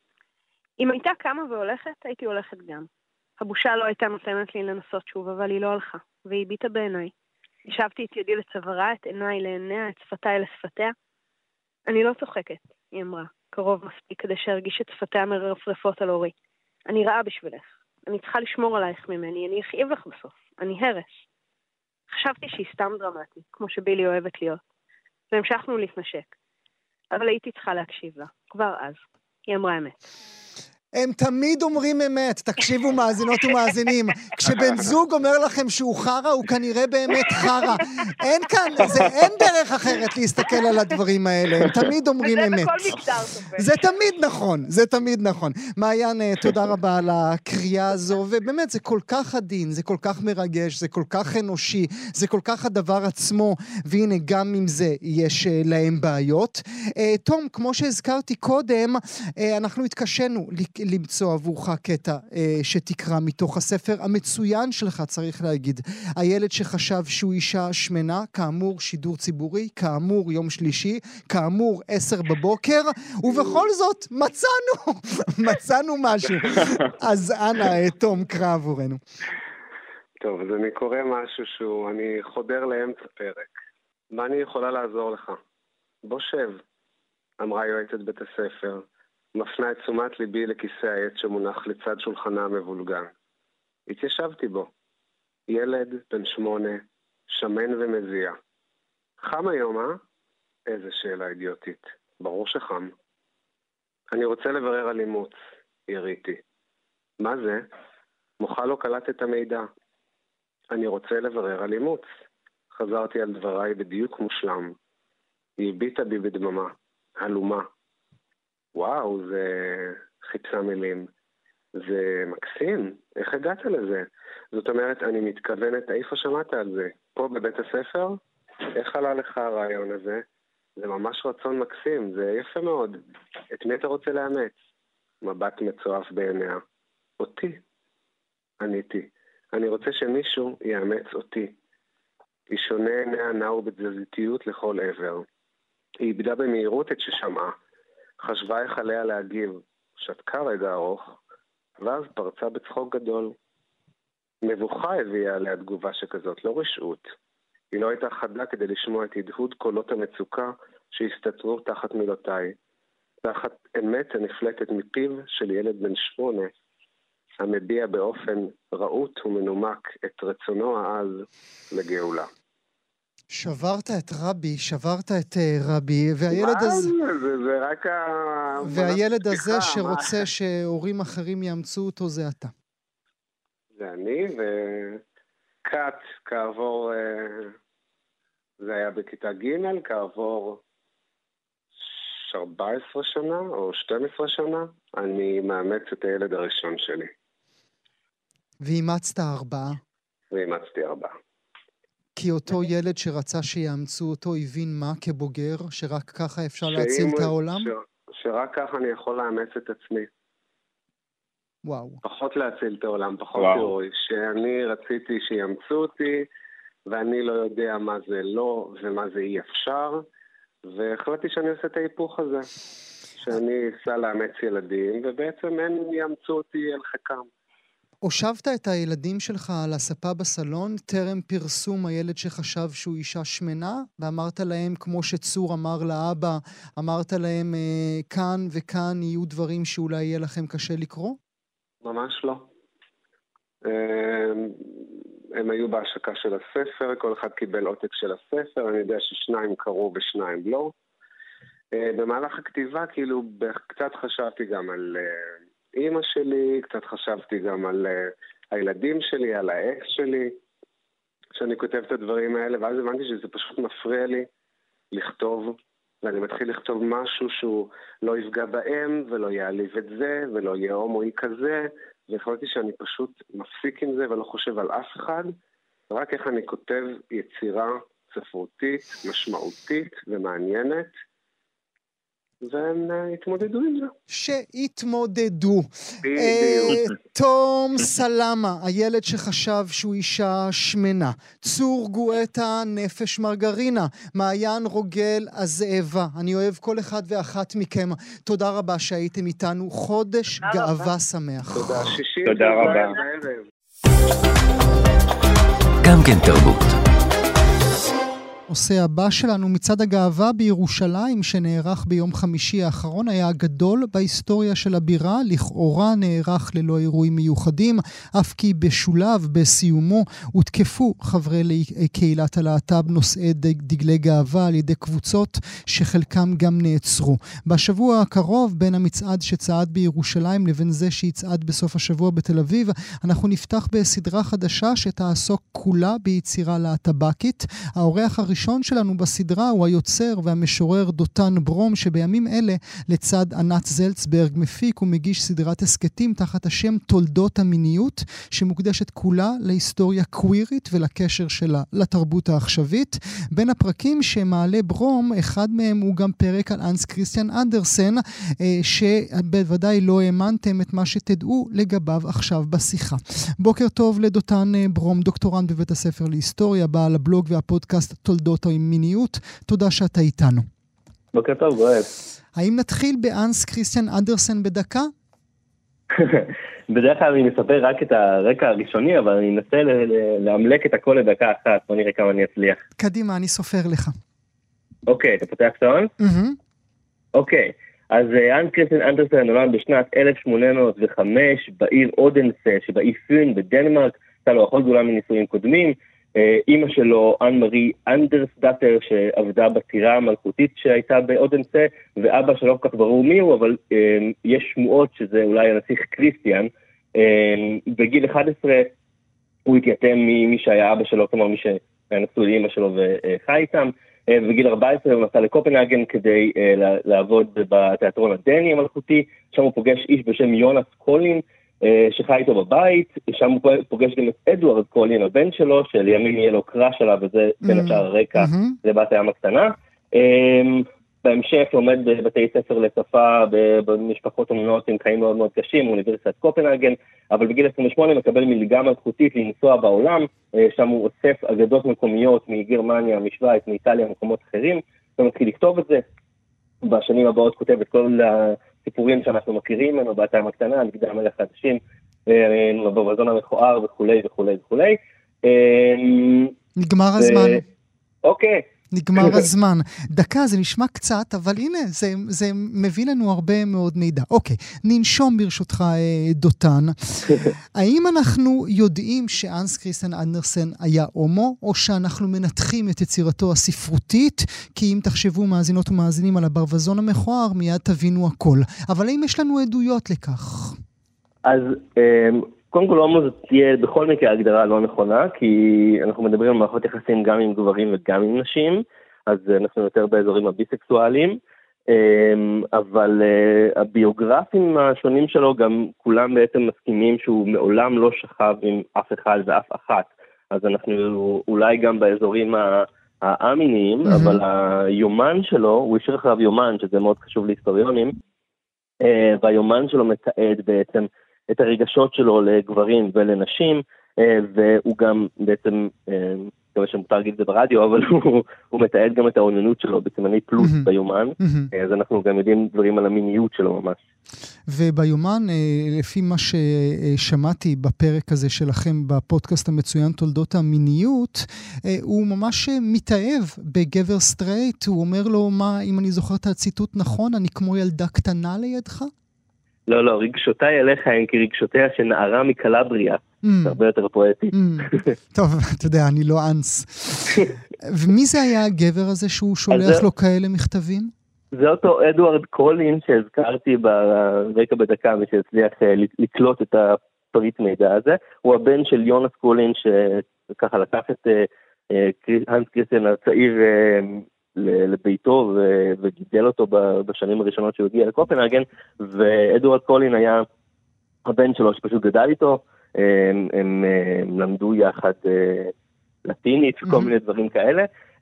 אם הייתה קמה והולכת, הייתי הולכת גם. הבושה לא הייתה נותנת לי לנסות שוב, אבל היא לא הלכה, והיא הביטה בעיניי. ישבתי את ידי לצווארה, את עיניי לעיניה, את שפתיי לשפתיה. אני לא צוחקת, היא אמרה, קרוב מספיק כדי שהרגיש את שפתיה מרפרפות על אורי. אני רעה בשבילך. אני צריכה לשמור עלייך ממני. אני אכאיב לך בסוף. אני הרס. חשבתי שהיא סתם דרמטית, כמו שבילי אוהבת להיות. והמשכנו להתנשק. אבל הייתי צריכה להקשיב לה. כבר אז. היא אמרה אמת. הם תמיד אומרים אמת, תקשיבו מאזינות ומאזינים, כשבן זוג אומר לכם שהוא חרה, הוא כנראה באמת חרה. אין כאן, זה, אין דרך אחרת להסתכל על הדברים האלה, הם תמיד אומרים וזה אמת. וזה בכל מגדר סופר. זה תמיד נכון, זה תמיד נכון. מעיין, תודה רבה על הקריאה הזו, ובאמת זה כל כך עדין, זה כל כך מרגש, זה כל כך אנושי, זה כל כך הדבר עצמו, והנה גם עם זה יש להם בעיות. תום, כמו שהזכרתי קודם, אנחנו התקשנו למצוא עבורך קטע אה, שתקרא מתוך הספר המצוין שלך, צריך להגיד. הילד שחשב שהוא אישה שמנה, כאמור שידור ציבורי, כאמור יום שלישי, כאמור עשר בבוקר, ובכל זאת מצאנו, מצאנו משהו. אז אנא, תום, קרא עבורנו. טוב, אז אני קורא משהו שהוא, אני חודר לאמצע פרק. מה אני יכולה לעזור לך? בוא שב, אמרה יועצת בית הספר. מפנה את תשומת ליבי לכיסא העץ שמונח לצד שולחנה המבולגן. התיישבתי בו. ילד בן שמונה, שמן ומזיע. חם היום, אה? איזה שאלה אידיוטית. ברור שחם. אני רוצה לברר על אימוץ, יריתי. מה זה? מוחה לא קלט את המידע. אני רוצה לברר על אימוץ. חזרתי על דבריי בדיוק מושלם. היא הביטה בי בדממה, הלומה. וואו, זה חיפשה מילים. זה מקסים. איך הגעת לזה? זאת אומרת, אני מתכוונת, איפה שמעת על זה? פה בבית הספר? איך עלה לך הרעיון הזה? זה ממש רצון מקסים, זה יפה מאוד. את מי אתה רוצה לאמץ? מבט מצועף בעיניה. אותי. עניתי. אני רוצה שמישהו יאמץ אותי. היא שונה עיניה נעו בתזזיתיות לכל עבר. היא איבדה במהירות את ששמעה. חשבה איך עליה להגיב. שתקה רגע ארוך, ואז פרצה בצחוק גדול. מבוכה הביאה עליה תגובה שכזאת, לא רשעות. היא לא הייתה חדה כדי לשמוע את הדהוד קולות המצוקה שהסתתרו תחת מילותיי. תחת אמת הנפלטת מפיו של ילד בן שמונה, המביע באופן רעות ומנומק את רצונו העז לגאולה. שברת את רבי, שברת את uh, רבי, והילד הזה... זה, זה רק ה... והילד הזה שרוצה שהורים אחרים יאמצו אותו, זה אתה. זה אני, וקאט כעבור... זה היה בכיתה ג', כעבור ארבע עשרה שנה או שתים עשרה שנה, אני מאמץ את הילד הראשון שלי. ואימצת ארבעה? ואימצתי ארבעה. כי אותו ילד שרצה שיאמצו אותו הבין מה כבוגר, שרק ככה אפשר להציל את העולם? ש... שרק ככה אני יכול לאמץ את עצמי. וואו. פחות להציל את העולם, פחות תיאורי. שאני רציתי שיאמצו אותי, ואני לא יודע מה זה לא ומה זה אי אפשר, והחלטתי שאני עושה את ההיפוך הזה. שאני אסע לאמץ ילדים, ובעצם הם יאמצו אותי אל חכם. הושבת את הילדים שלך על הספה בסלון, טרם פרסום הילד שחשב שהוא אישה שמנה, ואמרת להם, כמו שצור אמר לאבא, אמרת להם, כאן וכאן יהיו דברים שאולי יהיה לכם קשה לקרוא? ממש לא. הם היו בהשקה של הספר, כל אחד קיבל עותק של הספר, אני יודע ששניים קראו ושניים לא. במהלך הכתיבה, כאילו, קצת חשבתי גם על... אמא שלי, קצת חשבתי גם על uh, הילדים שלי, על האקס שלי, שאני כותב את הדברים האלה, ואז הבנתי שזה פשוט מפריע לי לכתוב, ואני מתחיל לכתוב משהו שהוא לא יפגע בהם, ולא יעליב את זה, ולא יהיה הומואי כזה, והחלטתי שאני פשוט מפסיק עם זה ולא חושב על אף אחד, רק איך אני כותב יצירה ספרותית, משמעותית ומעניינת, והם התמודדו עם זה. שהתמודדו. תום סלמה, הילד שחשב שהוא אישה שמנה. צור גואטה, נפש מרגרינה. מעיין רוגל, הזאבה. אני אוהב כל אחד ואחת מכם. תודה רבה שהייתם איתנו. חודש גאווה שמח. תודה, שישי. תודה רבה. גם כן תרבות. עושה הבא שלנו מצד הגאווה בירושלים שנערך ביום חמישי האחרון היה הגדול בהיסטוריה של הבירה, לכאורה נערך ללא אירועים מיוחדים, אף כי בשולב בסיומו הותקפו חברי קהילת הלהט"ב נושאי דגלי גאווה על ידי קבוצות שחלקם גם נעצרו. בשבוע הקרוב בין המצעד שצעד בירושלים לבין זה שיצעד בסוף השבוע בתל אביב, אנחנו נפתח בסדרה חדשה שתעסוק כולה ביצירה להט"בקית. האורח הראשון הראשון שלנו בסדרה הוא היוצר והמשורר דותן ברום, שבימים אלה לצד ענת זלצברג מפיק ומגיש סדרת הסקטים תחת השם תולדות המיניות, שמוקדשת כולה להיסטוריה קווירית ולקשר שלה לתרבות העכשווית. בין הפרקים שמעלה ברום, אחד מהם הוא גם פרק על אנס כריסטיאן אנדרסן, שבוודאי לא האמנתם את מה שתדעו לגביו עכשיו בשיחה. בוקר טוב לדותן ברום, דוקטורנט בבית הספר להיסטוריה, בעל הבלוג והפודקאסט תולדות המיניות. תודה שאתה איתנו. בוקר טוב, גואל. האם נתחיל באנס כריסטיאן אנדרסן בדקה? בדרך כלל אני מספר רק את הרקע הראשוני, אבל אני אנסה להמלק את הכל לדקה אחת, בוא נראה כמה אני אצליח. קדימה, אני סופר לך. אוקיי, אתה פותח שעון? אוקיי, אז אנס כריסטיאן אנדרסן נולד בשנת אלף שמונה מאות וחמש בעיר אודנסה שבאי פון בדנמרק, הייתה לו אחות גדולה מנישואים קודמים. אימא שלו, אן מארי אנדרסדאטר, שעבדה בטירה המלכותית שהייתה באודנסה, ואבא שלא כל כך ברור מי הוא, אבל אה, יש שמועות שזה אולי הנסיך כריסטיאן. אה, בגיל אחד עשרה הוא התייתם ממי שהיה אבא שלו, כלומר מי שהיה נשוי לאמא שלו וחי איתם. אה, בגיל ארבע עשרה הוא נסע לקופנהגן כדי אה, לעבוד בתיאטרון הדני המלכותי, שם הוא פוגש איש בשם יונס קולין, שחי איתו בבית, שם הוא פוגש גם את אדוארד קולין, הבן שלו, שלימים יהיה לו קראש עליו, וזה בין השאר הרקע לבת הים הקטנה. בהמשך לומד בבתי ספר לשפה במשפחות אומנות עם חיים מאוד מאוד קשים, אוניברסיטת קופנהגן, אבל בגיל עשרים ושמונה מקבל מלגה מלכותית לנסוע בעולם, שם הוא אוסף אגדות מקומיות מגרמניה, משוויץ, מאיטליה, מקומות אחרים, ומתחיל לכתוב את זה. בשנים הבאות כותב את כל הסיפורים שאנחנו מכירים ממנו, בתיים הקטנה, נגדי המלך החדשים, בברווזון המכוער וכולי וכולי וכולי. נגמר הזמן. אוקיי. נגמר הזמן. דקה, זה נשמע קצת, אבל הנה, זה, זה מביא לנו הרבה מאוד מידע. אוקיי, ננשום ברשותך, דותן. האם אנחנו יודעים שאנס קריסטיאן אנדרסן היה הומו, או שאנחנו מנתחים את יצירתו הספרותית? כי אם תחשבו מאזינות ומאזינים על הברווזון המכוער, מיד תבינו הכל. אבל האם יש לנו עדויות לכך? אז קודם כל הומו זאת תהיה בכל מקרה הגדרה לא נכונה, כי אנחנו מדברים על מערכות יחסים גם עם גברים וגם עם נשים, אז אנחנו יותר באזורים הביסקסואליים, אבל הביוגרפים השונים שלו גם כולם בעצם מסכימים שהוא מעולם לא שכב עם אף אחד ואף אחת, אז אנחנו אולי גם באזורים האמיניים, mm-hmm. אבל היומן שלו, הוא השאיר אחריו יומן, שזה מאוד חשוב להיסטוריונים, והיומן שלו מתעד בעצם את הרגשות שלו לגברים ולנשים, והוא גם בעצם, כמה שמותר להגיד את זה ברדיו, אבל הוא, הוא מתעד גם את העוננות שלו בסימני פלוס mm-hmm. ביומן, mm-hmm. אז אנחנו גם יודעים דברים על המיניות שלו ממש. וביומן, לפי מה ששמעתי בפרק הזה שלכם בפודקאסט המצוין תולדות המיניות, הוא ממש מתאהב בגבר סטרייט, הוא אומר לו, מה, אם אני זוכר את הציטוט נכון, אני כמו ילדה קטנה לידך? לא, לא, רגשותיי אליך הם כרגשותיה שנערה מקלבריה. זה הרבה יותר פואטי. טוב, אתה יודע, אני לא אנס. ומי זה היה הגבר הזה שהוא שולח לו כאלה מכתבים? זה אותו אדוארד קולין שהזכרתי ברקע בדקה, מי שהצליח לקלוט את הפריט מידע הזה. הוא הבן של יונס קולין, שככה לקח את הנס קריסטיאן הצעיר לביתו וגידל אותו בשנים הראשונות שהוא הגיע לקופנהגן, ואדוארד קולין היה הבן שלו שפשוט גדל איתו, הם, הם, הם למדו יחד לטינית וכל מיני דברים כאלה,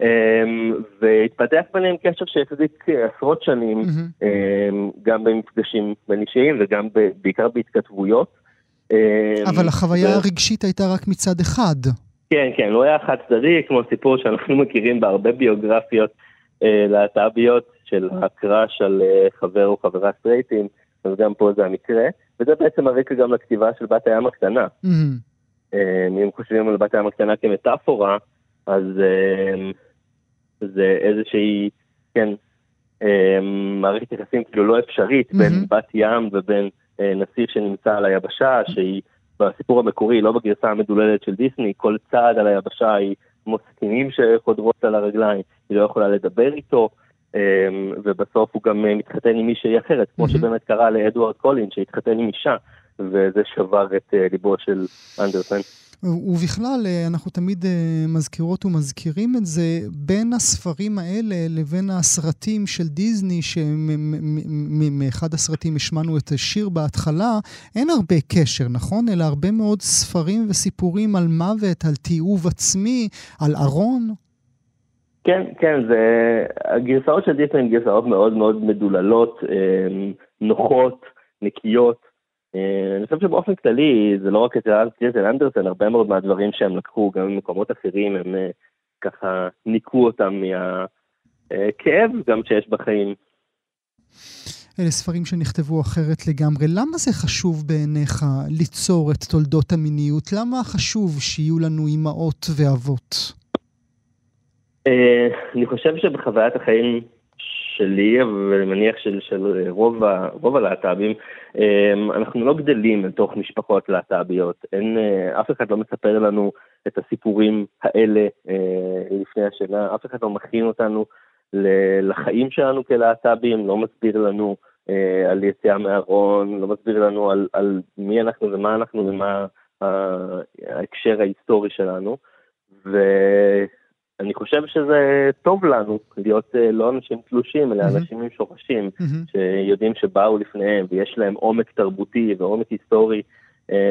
והתפתח ביניהם קשר שהחזיק עשרות שנים, גם במפגשים בין אישיים וגם בעיקר בהתכתבויות. אבל החוויה הרגשית הייתה רק מצד אחד. כן, כן, לא היה חד צדדי, כמו סיפור שאנחנו מכירים בהרבה ביוגרפיות להט"ביות של הקראש על חבר או חברה סטרייטים, אז גם פה זה המקרה, וזה בעצם הרקע גם לכתיבה של בת הים הקטנה. Mm-hmm. אם חושבים על בת הים הקטנה כמטאפורה, אז זה איזושהי, כן, מערכת יחסים כאילו לא אפשרית mm-hmm. בין בת ים ובין נסיך שנמצא על היבשה, שהיא בסיפור המקורי, לא בגרסה המדוללת של דיסני, כל צעד על היבשה היא כמו סכינים שחודרות על הרגליים, היא לא יכולה לדבר איתו, ובסוף הוא גם מתחתן עם מישהי אחרת, כמו שבאמת קרה לאדוארד קולין, שהתחתן עם אישה, וזה שבר את ליבו של אנדרסן. ובכלל, אנחנו תמיד מזכירות ומזכירים את זה, בין הספרים האלה לבין הסרטים של דיזני, שמאחד הסרטים השמענו את השיר בהתחלה, אין הרבה קשר, נכון? אלא הרבה מאוד ספרים וסיפורים על מוות, על תיעוב עצמי, על ארון. כן, כן, זה, הגרסאות של דיסני הן גרסאות מאוד מאוד מדוללות, נוחות, נקיות. אני חושב שבאופן כללי, זה לא רק את הנס קריסטיאן אנדרסן, הרבה מאוד מהדברים שהם לקחו, גם במקומות אחרים, הם ככה ניקו אותם מהכאב גם שיש בחיים. אלה ספרים שנכתבו אחרת לגמרי. למה זה חשוב בעיניך ליצור את תולדות המיניות? למה חשוב שיהיו לנו אמהות ואבות? אני חושב שבחוויית החיים שלי, ואני מניח של, של רוב, רוב הלהט"בים, אנחנו לא גדלים לתוך משפחות להט"ביות. אין, אף אחד לא מספר לנו את הסיפורים האלה לפני השינה, אף אחד לא מכין אותנו לחיים שלנו כלהט"בים, לא מסביר לנו על יציאה מהארון, לא מסביר לנו על, על מי אנחנו ומה אנחנו ומה ההקשר ההיסטורי שלנו, ו... אני חושב שזה טוב לנו להיות לא אנשים תלושים, אלא mm-hmm. אנשים עם שורשים, mm-hmm. שיודעים שבאו לפניהם, ויש להם עומק תרבותי ועומק היסטורי,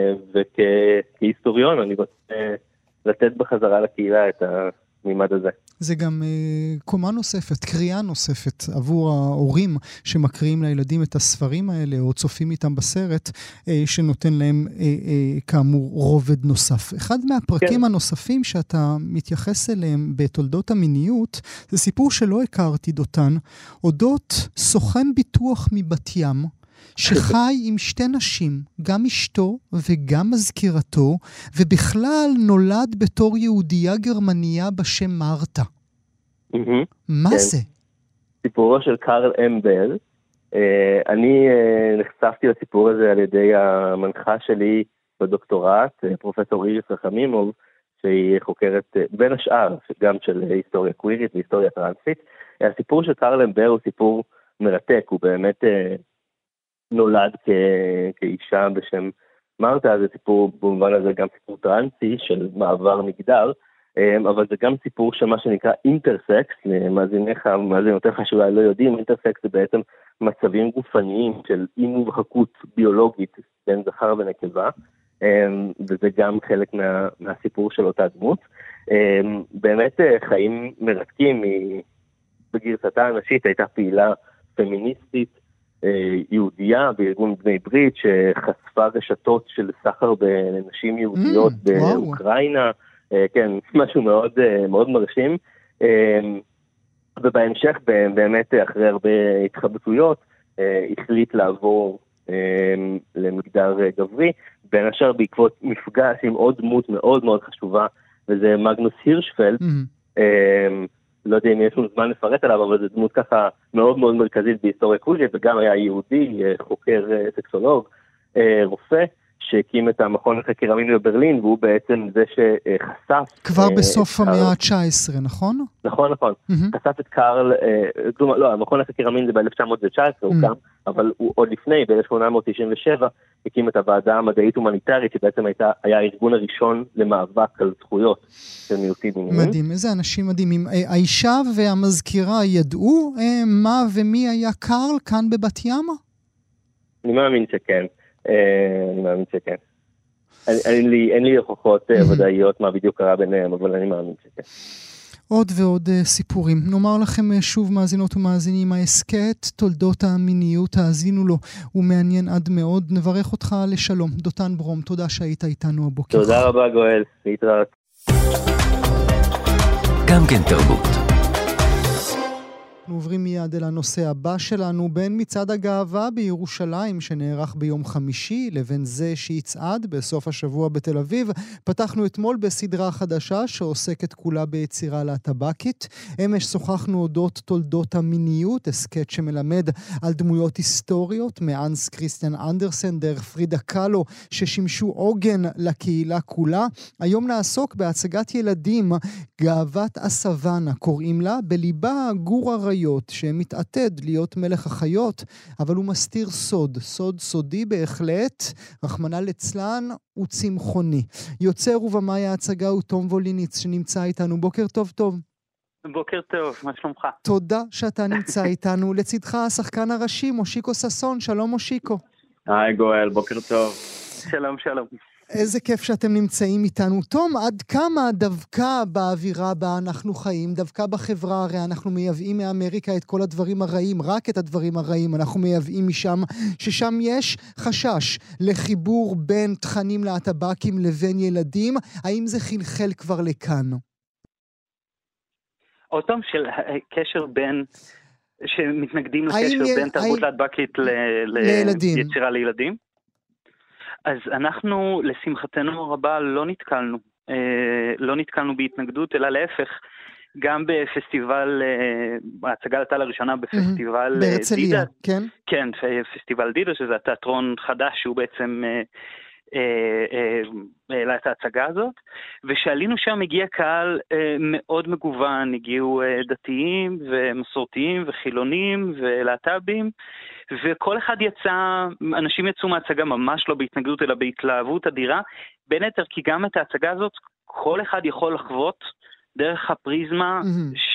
וכהיסטוריון אני רוצה לתת בחזרה לקהילה את המימד הזה. זה גם uh, קומה נוספת, קריאה נוספת עבור ההורים שמקריאים לילדים את הספרים האלה, או צופים איתם בסרט, uh, שנותן להם uh, uh, כאמור רובד נוסף. אחד מהפרקים כן. הנוספים שאתה מתייחס אליהם בתולדות המיניות, זה סיפור שלא הכרתי דותן, אודות סוכן ביטוח מבת ים, שחי עם שתי נשים, גם אשתו וגם מזכירתו, ובכלל נולד בתור יהודייה גרמניה בשם מרתה. מה זה? סיפורו של קרל אמבר. אני נחשפתי לסיפור הזה על ידי המנחה שלי בדוקטורט, פרופסור איריס רחמימוב, שהיא חוקרת בין השאר, גם של היסטוריה קווירית והיסטוריה טרנסית. הסיפור של קרל אמבר הוא סיפור מרתק, הוא באמת נולד כ- כאישה בשם מרתה, זה סיפור במובן הזה גם סיפור טרנסי של מעבר מגדר, אבל זה גם סיפור של מה שנקרא אינטרסקס, מאזיניך, מאזינותיך שאולי לא יודעים, אינטרסקס זה בעצם מצבים גופניים של אי מובהקות ביולוגית בין זכר ונקבה, וזה גם חלק מה, מהסיפור של אותה דמות. באמת חיים מרתקים, בגרסתה הנשית הייתה פעילה פמיניסטית, יהודייה בארגון בני ברית שחשפה רשתות של סחר בנשים יהודיות mm, באוקראינה, wow. כן, משהו מאוד, מאוד מרשים, ובהמשך באמת אחרי הרבה התחבטויות החליט לעבור למגדר גברי, בין השאר בעקבות מפגש עם עוד דמות מאוד מאוד חשובה, וזה מגנוס הירשפלד, mm-hmm. לא יודע אם יש לנו זמן לפרט עליו, אבל זו דמות ככה מאוד מאוד מרכזית בהיסטוריה קווירית, וגם היה יהודי, חוקר סקסולוג, רופא, שהקים את המכון לחקר המין בברלין, והוא בעצם זה שחשף... כבר בסוף המאה ה-תשע עשרה, נכון? נכון, נכון. חשף את קרל, כלומר, לא, המכון לחקר המין זה ב-אלף תשע מאות תשע עשרה, הוא קם, אבל הוא עוד לפני, ב-אלף שמונה מאות תשעים ושבע, הקים את הוועדה המדעית הומניטרית, שבעצם הייתה, היה הארגון הראשון למאבק על זכויות של מיעוטים מיניים. מדהים, איזה אנשים מדהימים. האישה והמזכירה ידעו מה ומי היה קרל כאן בבת ים? אני מאמין שכן. אני מאמין שכן. אין לי הוכחות ודאיות מה בדיוק קרה ביניהם, אבל אני מאמין שכן. עוד ועוד סיפורים. נאמר לכם שוב מאזינות ומאזינים, ההסקט תולדות המיניות, האזינו לו, הוא מעניין עד מאוד. נברך אותך לשלום. דותן ברום, תודה שהיית איתנו הבוקר. תודה רבה גואל, להתראות. גם כן תרבות. אנחנו עוברים מיד אל הנושא הבא שלנו, בין מצעד הגאווה בירושלים שנערך ביום חמישי לבין זה שיצעד בסוף השבוע בתל אביב. פתחנו אתמול בסדרה חדשה שעוסקת כולה ביצירה להטבקית. אמש שוחחנו אודות תולדות המיניות, הסקט שמלמד על דמויות היסטוריות מאנס קריסטיאן אנדרסן דרך פרידה קאלו ששימשו עוגן לקהילה כולה. היום נעסוק בהצגת ילדים, גאוות הסוואנה קוראים לה, בליבה גור הרי שמתעתד להיות מלך החיות, אבל הוא מסתיר סוד, סוד סודי בהחלט, רחמנא ליצלן וצמחוני. יוצר ובמאי ההצגה הוא תום ווליניץ שנמצא איתנו. בוקר טוב טוב. בוקר טוב, מה שלומך? תודה שאתה נמצא איתנו. לצדך השחקן הראשי מושיקו ססון. שלום מושיקו. היי גואל, בוקר טוב. שלום שלום. איזה כיף שאתם נמצאים איתנו. תום, עד כמה דווקא באווירה בה אנחנו חיים, דווקא בחברה, הרי אנחנו מייבאים מאמריקה את כל הדברים הרעים, רק את הדברים הרעים, אנחנו מייבאים משם, ששם יש חשש לחיבור בין תכנים להטבקים לבין ילדים. האם זה חלחל כבר לכאן? אותם של קשר בין, שמתנגדים לקשר בין תרבות להטבקית ליצירה לילדים? אז אנחנו, לשמחתנו הרבה, לא נתקלנו. לא נתקלנו בהתנגדות, אלא להפך, גם בפסטיבל, ההצגה עלתה לראשונה בפסטיבל בהרצליה, כן? כן, פסטיבל דידה, שזה התיאטרון חדש, שהוא בעצם העלה את ההצגה הזאת, ושעלינו שם הגיע קהל מאוד מגוון, הגיעו דתיים ומסורתיים וחילונים ולהט"בים, וכל אחד יצא, אנשים יצאו מההצגה ממש לא בהתנגדות, אלא בהתלהבות אדירה, בין היתר כי גם את ההצגה הזאת כל אחד יכול לחוות דרך הפריזמה mm-hmm.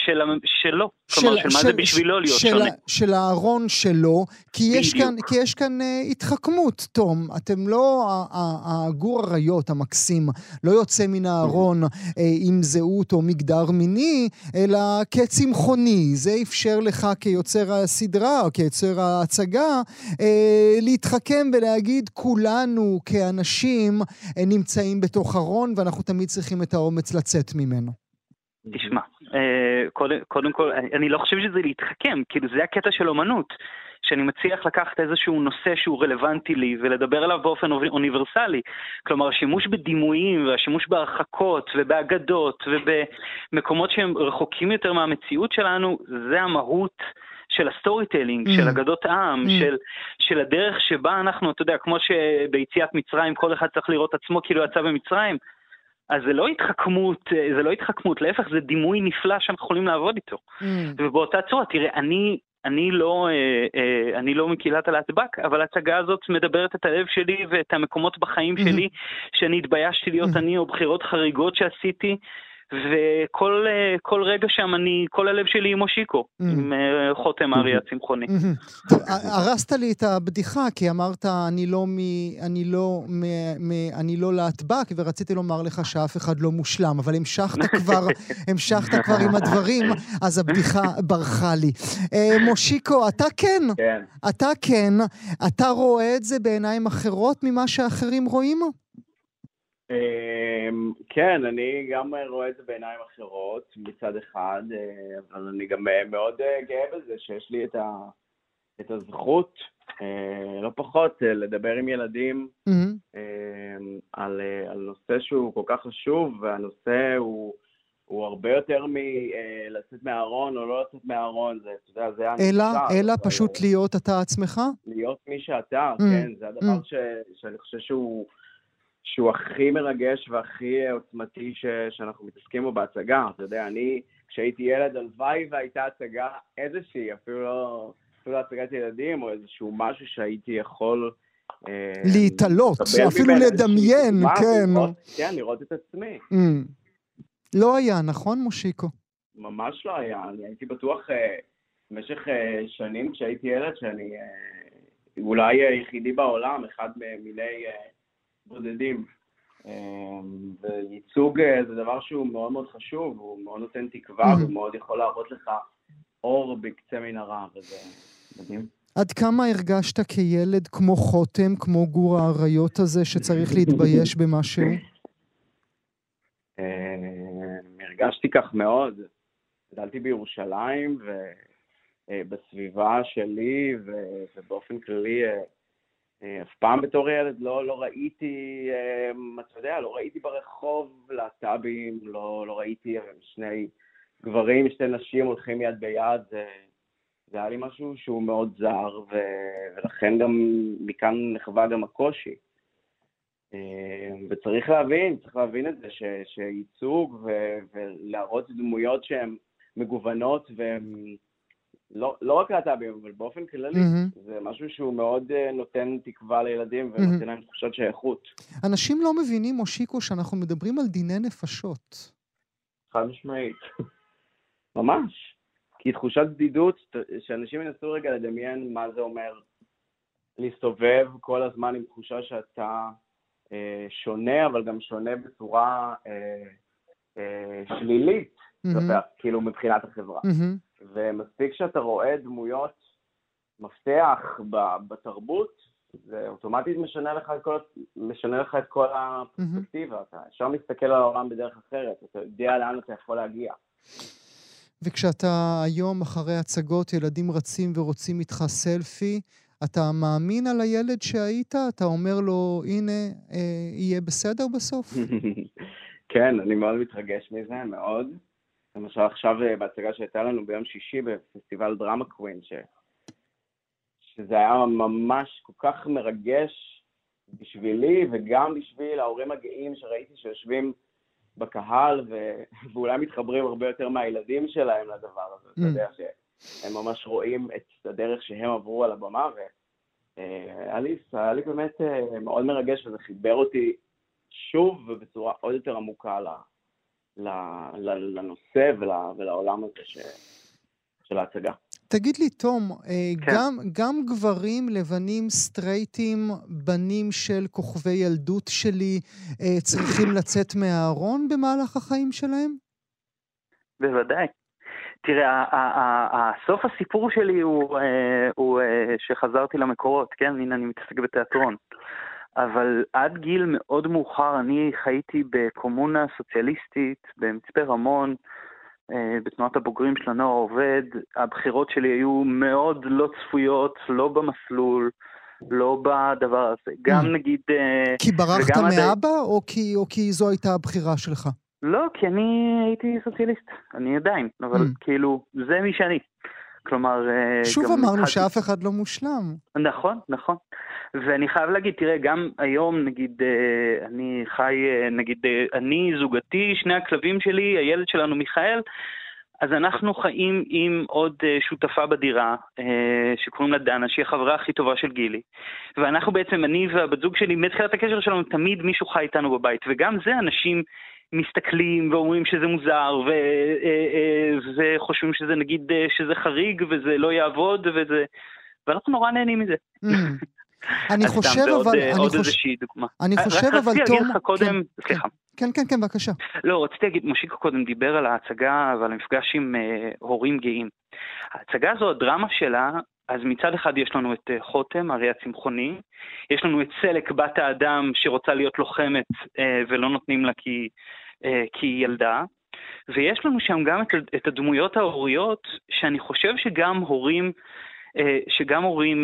של, שלו, של, כלומר, של, של מה זה בשבילו להיות של, שונה. של הארון שלו, כי יש כאן, כי יש כאן uh, התחכמות, תום. אתם לא, הגור הריות המקסים, לא יוצא מן הארון uh, עם זהות או מגדר מיני, אלא כצמחוני. זה אפשר לך כיוצר הסדרה, או כיוצר ההצגה, uh, להתחכם ולהגיד, כולנו כאנשים uh, נמצאים בתוך ארון, ואנחנו תמיד צריכים את האומץ לצאת ממנו. תשמע, קודם, קודם כל, אני לא חושב שזה להתחכם, כאילו זה הקטע של אומנות, שאני מצליח לקחת איזשהו נושא שהוא רלוונטי לי, ולדבר עליו באופן אוניברסלי. כלומר, השימוש בדימויים, והשימוש בהרחקות, ובאגדות, ובמקומות שהם רחוקים יותר מהמציאות שלנו, זה המהות של הסטורי טיילינג, mm. של אגדות העם, mm. של, של הדרך שבה אנחנו, אתה יודע, כמו שביציאת מצרים, כל אחד צריך לראות עצמו כאילו יצא במצרים, אז זה לא התחכמות, זה לא התחכמות, להפך, זה דימוי נפלא שאנחנו יכולים לעבוד איתו. Mm. ובאותה צורה, תראה, אני, אני לא, אני לא מקהילת הלהטב"ק, אבל ההצגה הזאת מדברת את הלב שלי ואת המקומות בחיים mm-hmm. שלי, שאני התביישתי להיות mm-hmm. אני, או בחירות חריגות שעשיתי, וכל כל רגע שם אני, כל הלב שלי עם מושיקו, mm. עם חותם ארי הצמחוני. טוב, הרסת לי את הבדיחה, כי אמרת, אני לא מ... אני לא מ... מ... אני לא להטבק, ורציתי לומר לך שאף אחד לא מושלם, אבל המשכת כבר, המשכת כבר עם הדברים, אז הבדיחה ברחה לי. מושיקו, אתה כן, כן. אתה כן, אתה רואה את זה בעיניים אחרות ממה שאחרים רואים? כן, אני גם רואה את זה בעיניים אחרות מצד אחד, אבל אני גם מאוד גאה בזה שיש לי את, ה, את הזכות, לא פחות, לדבר עם ילדים mm-hmm. על, על נושא שהוא כל כך חשוב, והנושא הוא, הוא הרבה יותר מלצאת מהארון או לא לצאת מהארון, זה, אתה יודע, זה אלא, אלא פשוט אבל, להיות אתה עצמך? להיות מי שאתה, mm-hmm. כן, זה הדבר mm-hmm. ש, שאני חושב שהוא... שהוא הכי מרגש והכי עוצמתי ש, שאנחנו מתעסקים בו בהצגה. אתה יודע, אני, כשהייתי ילד, הלוואי והייתה הצגה איזושהי, אפילו לא, אפילו לא הצגת ילדים, או איזשהו משהו שהייתי יכול... להתעלות, אפילו לדמיין, כן. לראות, כן, לראות את עצמי. Mm. לא היה, נכון, מושיקו? ממש לא היה. אני הייתי בטוח במשך שנים כשהייתי ילד, שאני אולי היחידי בעולם, אחד מיני... בודדים. וייצוג זה דבר שהוא מאוד מאוד חשוב, הוא מאוד נותן תקווה, והוא מאוד יכול להראות לך אור בקצה מנהרה, וזה מדהים. עד כמה הרגשת כילד כמו חותם, כמו גור האריות הזה, שצריך להתבייש במשהו? הרגשתי כך מאוד. גדלתי בירושלים, ובסביבה שלי, ובאופן כללי... אף פעם בתור ילד לא, לא ראיתי, אתה יודע, לא ראיתי ברחוב להט"בים, לא, לא ראיתי שני גברים, שתי נשים הולכים יד ביד, זה, זה היה לי משהו שהוא מאוד זר, ו, ולכן גם מכאן נחווה גם הקושי. וצריך להבין, צריך להבין את זה, ש, שייצוג ו, ולהראות דמויות שהן מגוונות והן... לא, לא רק להט"בים, אבל באופן כללי, mm-hmm. זה משהו שהוא מאוד uh, נותן תקווה לילדים ונותן mm-hmm. להם תחושת שייכות. אנשים לא מבינים, מושיקו, שאנחנו מדברים על דיני נפשות. חד משמעית. ממש. כי תחושת בדידות, שאנשים ינסו רגע לדמיין מה זה אומר להסתובב כל הזמן עם תחושה שאתה אה, שונה, אבל גם שונה בצורה אה, אה, שלילית, mm-hmm. דבר, כאילו מבחינת החברה. Mm-hmm. ומספיק שאתה רואה דמויות מפתח בתרבות, זה אוטומטית משנה לך את כל, משנה לך את כל הפרספקטיבה. אתה אפשר מסתכל על העולם בדרך אחרת, אתה יודע לאן אתה יכול להגיע. וכשאתה היום אחרי הצגות, ילדים רצים ורוצים איתך סלפי, אתה מאמין על הילד שהיית? אתה אומר לו, הנה, אה, יהיה בסדר בסוף? כן, אני מאוד מתרגש מזה, מאוד. למשל עכשיו בהצגה שהייתה לנו ביום שישי בפסטיבל דרמה קווין, ש... שזה היה ממש כל כך מרגש בשבילי, וגם בשביל ההורים הגאים שראיתי שיושבים בקהל, ו... ואולי מתחברים הרבה יותר מהילדים שלהם לדבר הזה. Mm. אתה יודע שהם ממש רואים את הדרך שהם עברו על הבמה, והיה לי, היה לי באמת מאוד מרגש, וזה חיבר אותי שוב ובצורה עוד יותר עמוקה לה. לנושא ולעולם הזה של ההצגה. תגיד לי, תום, כן. גם, גם גברים לבנים סטרייטים, בנים של כוכבי ילדות שלי, צריכים לצאת מהארון במהלך החיים שלהם? בוודאי. תראה, הסוף הסיפור שלי הוא, הוא שחזרתי למקורות, כן? הנה אני מתעסק בתיאטרון. אבל עד גיל מאוד מאוחר אני חייתי בקומונה סוציאליסטית, במצפה רמון, בתנועת הבוגרים של הנוער העובד. הבחירות שלי היו מאוד לא צפויות, לא במסלול, לא בדבר הזה. גם נגיד... כי ברחת מאבא או כי, או כי זו הייתה הבחירה שלך? לא, כי אני הייתי סוציאליסט. אני עדיין, אבל כאילו, זה מי שאני. כלומר... שוב אמרנו שאף אחד לא מושלם. נכון, נכון. ואני חייב להגיד, תראה, גם היום, נגיד, אני חי, נגיד, אני, זוגתי, שני הכלבים שלי, הילד שלנו מיכאל, אז אנחנו חיים עם עוד שותפה בדירה, שקוראים לה דנה, שהיא החברה הכי טובה של גילי. ואנחנו בעצם, אני והבת זוג שלי, מתחילת הקשר שלנו, תמיד מישהו חי איתנו בבית. וגם זה אנשים מסתכלים ואומרים שזה מוזר, וחושבים שזה, נגיד, שזה חריג, וזה לא יעבוד, וזה... ואנחנו נורא נהנים מזה. אני חושב אבל... עוד איזושהי דוגמה. אני חושב אבל תום... רק רציתי להגיד לך קודם... סליחה. כן, כן, כן, בבקשה. לא, רציתי להגיד, מושיקו קודם דיבר על ההצגה ועל המפגש עם הורים גאים. ההצגה הזו, הדרמה שלה, אז מצד אחד יש לנו את חותם, אריה הצמחוני, יש לנו את סלק, בת האדם, שרוצה להיות לוחמת ולא נותנים לה כי, כי היא ילדה, ויש לנו שם גם את, את הדמויות ההוריות, שאני חושב שגם הורים, שגם הורים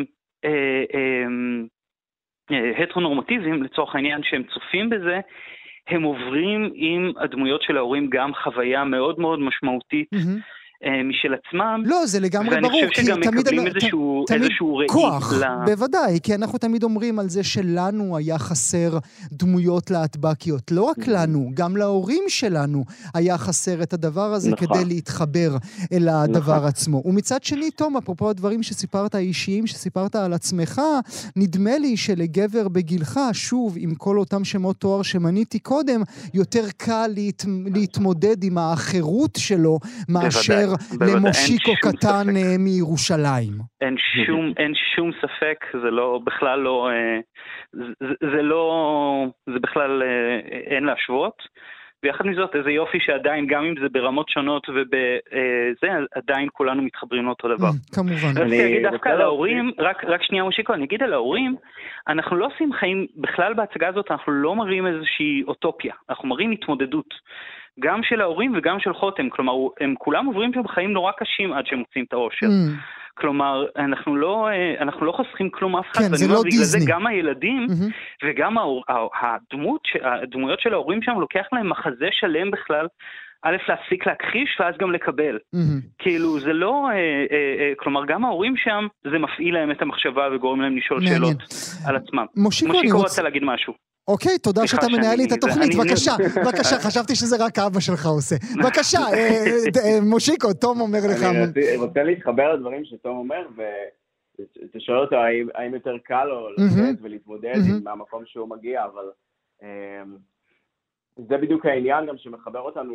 הטרונורמטיביים, לצורך העניין שהם צופים בזה, הם עוברים עם הדמויות של ההורים גם חוויה מאוד מאוד משמעותית משל עצמם. לא, זה לגמרי ברור. ואני חושב שגם מקבלים איזשהו, איזשהו ראי. כוח, בוודאי, כי אנחנו תמיד אומרים על זה שלנו היה חסר דמויות להטבקיות. לא רק לנו, גם להורים שלנו היה חסר את הדבר הזה כדי להתחבר אל הדבר עצמו. ומצד שני, תום, אפרופו הדברים שסיפרת האישיים, שסיפרת על עצמך, נדמה לי שלגבר בגילך, שוב, עם כל אותם שמות תואר שמניתי קודם, יותר קל להתמודד עם האחרות שלו, מאשר למושיקו קטן מירושלים. אין שום, אין שום ספק, זה לא, בכלל לא, זה, זה לא, זה בכלל אין להשוות. ויחד מזאת, איזה יופי שעדיין, גם אם זה ברמות שונות ובזה, עדיין כולנו מתחברים לאותו דבר. כמובן. אני אגיד דווקא על ההורים, רק, רק שנייה מושיקו, אני אגיד על ההורים, אנחנו לא עושים חיים, בכלל בהצגה הזאת, אנחנו לא מראים איזושהי אוטופיה, אנחנו מראים התמודדות. גם של ההורים וגם של חותם, כלומר, הם כולם עוברים שם בחיים נורא קשים עד שהם מוצאים את האושר. Mm. כלומר, אנחנו לא, אנחנו לא חוסכים כלום אף אחד, כן, זה לא דיזני. בגלל זה גם הילדים mm-hmm. וגם הדמות, הדמויות של ההורים שם לוקח להם מחזה שלם בכלל, א' להפסיק להכחיש ואז גם לקבל. Mm-hmm. כאילו, זה לא, אה, אה, אה, כלומר, גם ההורים שם, זה מפעיל להם את המחשבה וגורם להם לשאול מעניין. שאלות על עצמם. מושיקו, מושיקו רוצ... רוצה להגיד משהו. אוקיי, תודה שאתה מנהל לי את התוכנית, בבקשה, בבקשה, חשבתי שזה רק האבא שלך עושה. בבקשה, מושיקו, תום אומר לך. אני רוצה להתחבר לדברים שתום אומר, ותשאל אותו האם יותר קל לו לצאת ולהתמודד עם המקום שהוא מגיע, אבל זה בדיוק העניין גם שמחבר אותנו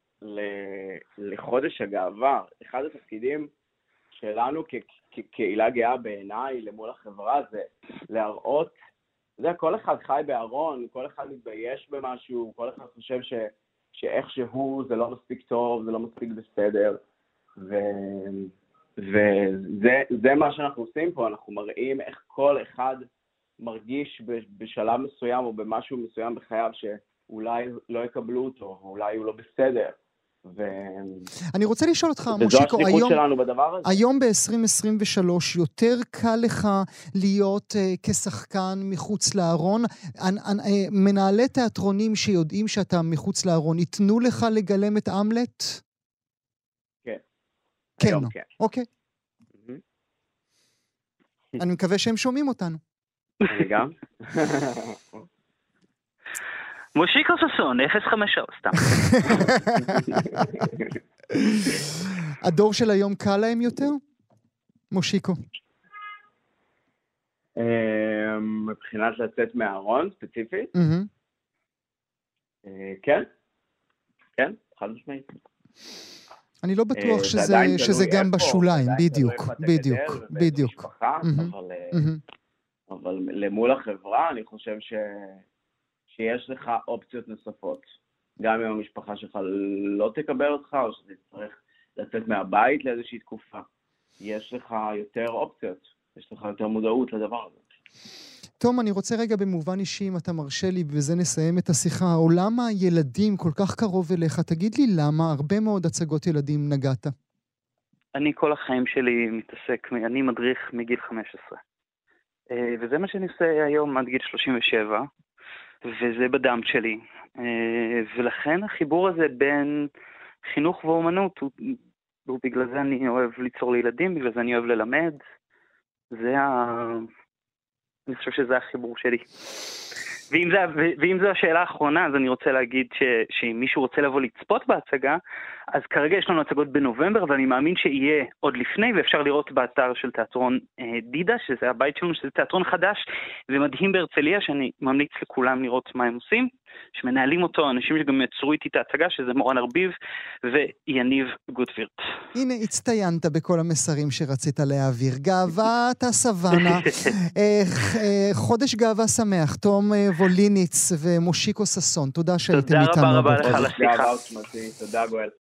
לחודש הגאווה. אחד התפקידים שלנו כקהילה גאה בעיניי למול החברה זה להראות, זה כל אחד חי בארון, כל אחד מתבייש במשהו, כל אחד חושב ש, שאיכשהו זה לא מספיק טוב, זה לא מספיק בסדר, ו, וזה זה מה שאנחנו עושים פה, אנחנו מראים איך כל אחד מרגיש בשלב מסוים או במשהו מסוים בחייו שאולי לא יקבלו אותו, אולי הוא לא בסדר. ו... אני רוצה לשאול אותך, מושיקו, היום, בדבר הזה. היום ב-עשרים עשרים ושלוש יותר קל לך להיות uh, כשחקן מחוץ לארון? אנ, אנ, uh, מנהלי תיאטרונים שיודעים שאתה מחוץ לארון, יתנו לך לגלם את אמלט? כן. כן, היום, לא. כן. אוקיי. Mm-hmm. אני מקווה שהם שומעים אותנו. אני גם. מושיקו ששון, אפס חמש שעות, סתם. הדור של היום קל להם יותר? מושיקו. מבחינת לצאת מהארון, ספציפית? כן. כן, חד משמעית. אני לא בטוח שזה, שזה גם בשוליים, בדיוק, בדיוק, בדיוק. אבל למול החברה אני חושב ש... שיש לך אופציות נוספות. גם אם המשפחה שלך לא תקבל אותך, או שזה צריך לצאת מהבית לאיזושהי תקופה. יש לך יותר אופציות, יש לך יותר מודעות לדבר הזה. תום, אני רוצה רגע במובן אישי, אם אתה מרשה לי, ובזה נסיים את השיחה, עולם הילדים כל כך קרוב אליך, תגיד לי למה הרבה מאוד הצגות ילדים נגעת? אני כל החיים שלי מתעסק, אני מדריך מגיל חמש עשרה. וזה מה שאני עושה היום עד גיל שלושים ושבע, וזה בדם שלי. ולכן החיבור הזה בין חינוך ואומנות, הוא, הוא בגלל זה אני אוהב ליצור לילדים, בגלל זה אני אוהב ללמד. זה ה... אני חושב שזה החיבור שלי. ואם זה, ואם זו השאלה האחרונה, אז אני רוצה להגיד ש, שאם מישהו רוצה לבוא לצפות בהצגה, אז כרגע יש לנו הצגות בנובמבר, ואני מאמין שיהיה עוד לפני, ואפשר לראות באתר של תיאטרון אה, דידה, שזה הבית שלנו, שזה תיאטרון חדש ומדהים בהרצליה, שאני ממליץ לכולם לראות מה הם עושים, שמנהלים אותו, אנשים שגם יצרו איתי את ההצגה, שזה מורן ארביב ויניב גוטווירט. הנה, הצטיינת בכל המסרים שרצית להעביר. גאוות הסוואנה, אה, אה, חודש גאווה שמח, תום אה, ווליניץ ומושיקו ססון, תודה שהייתם איתנו. תודה רבה רבה לך על השיחה. תודה גואל.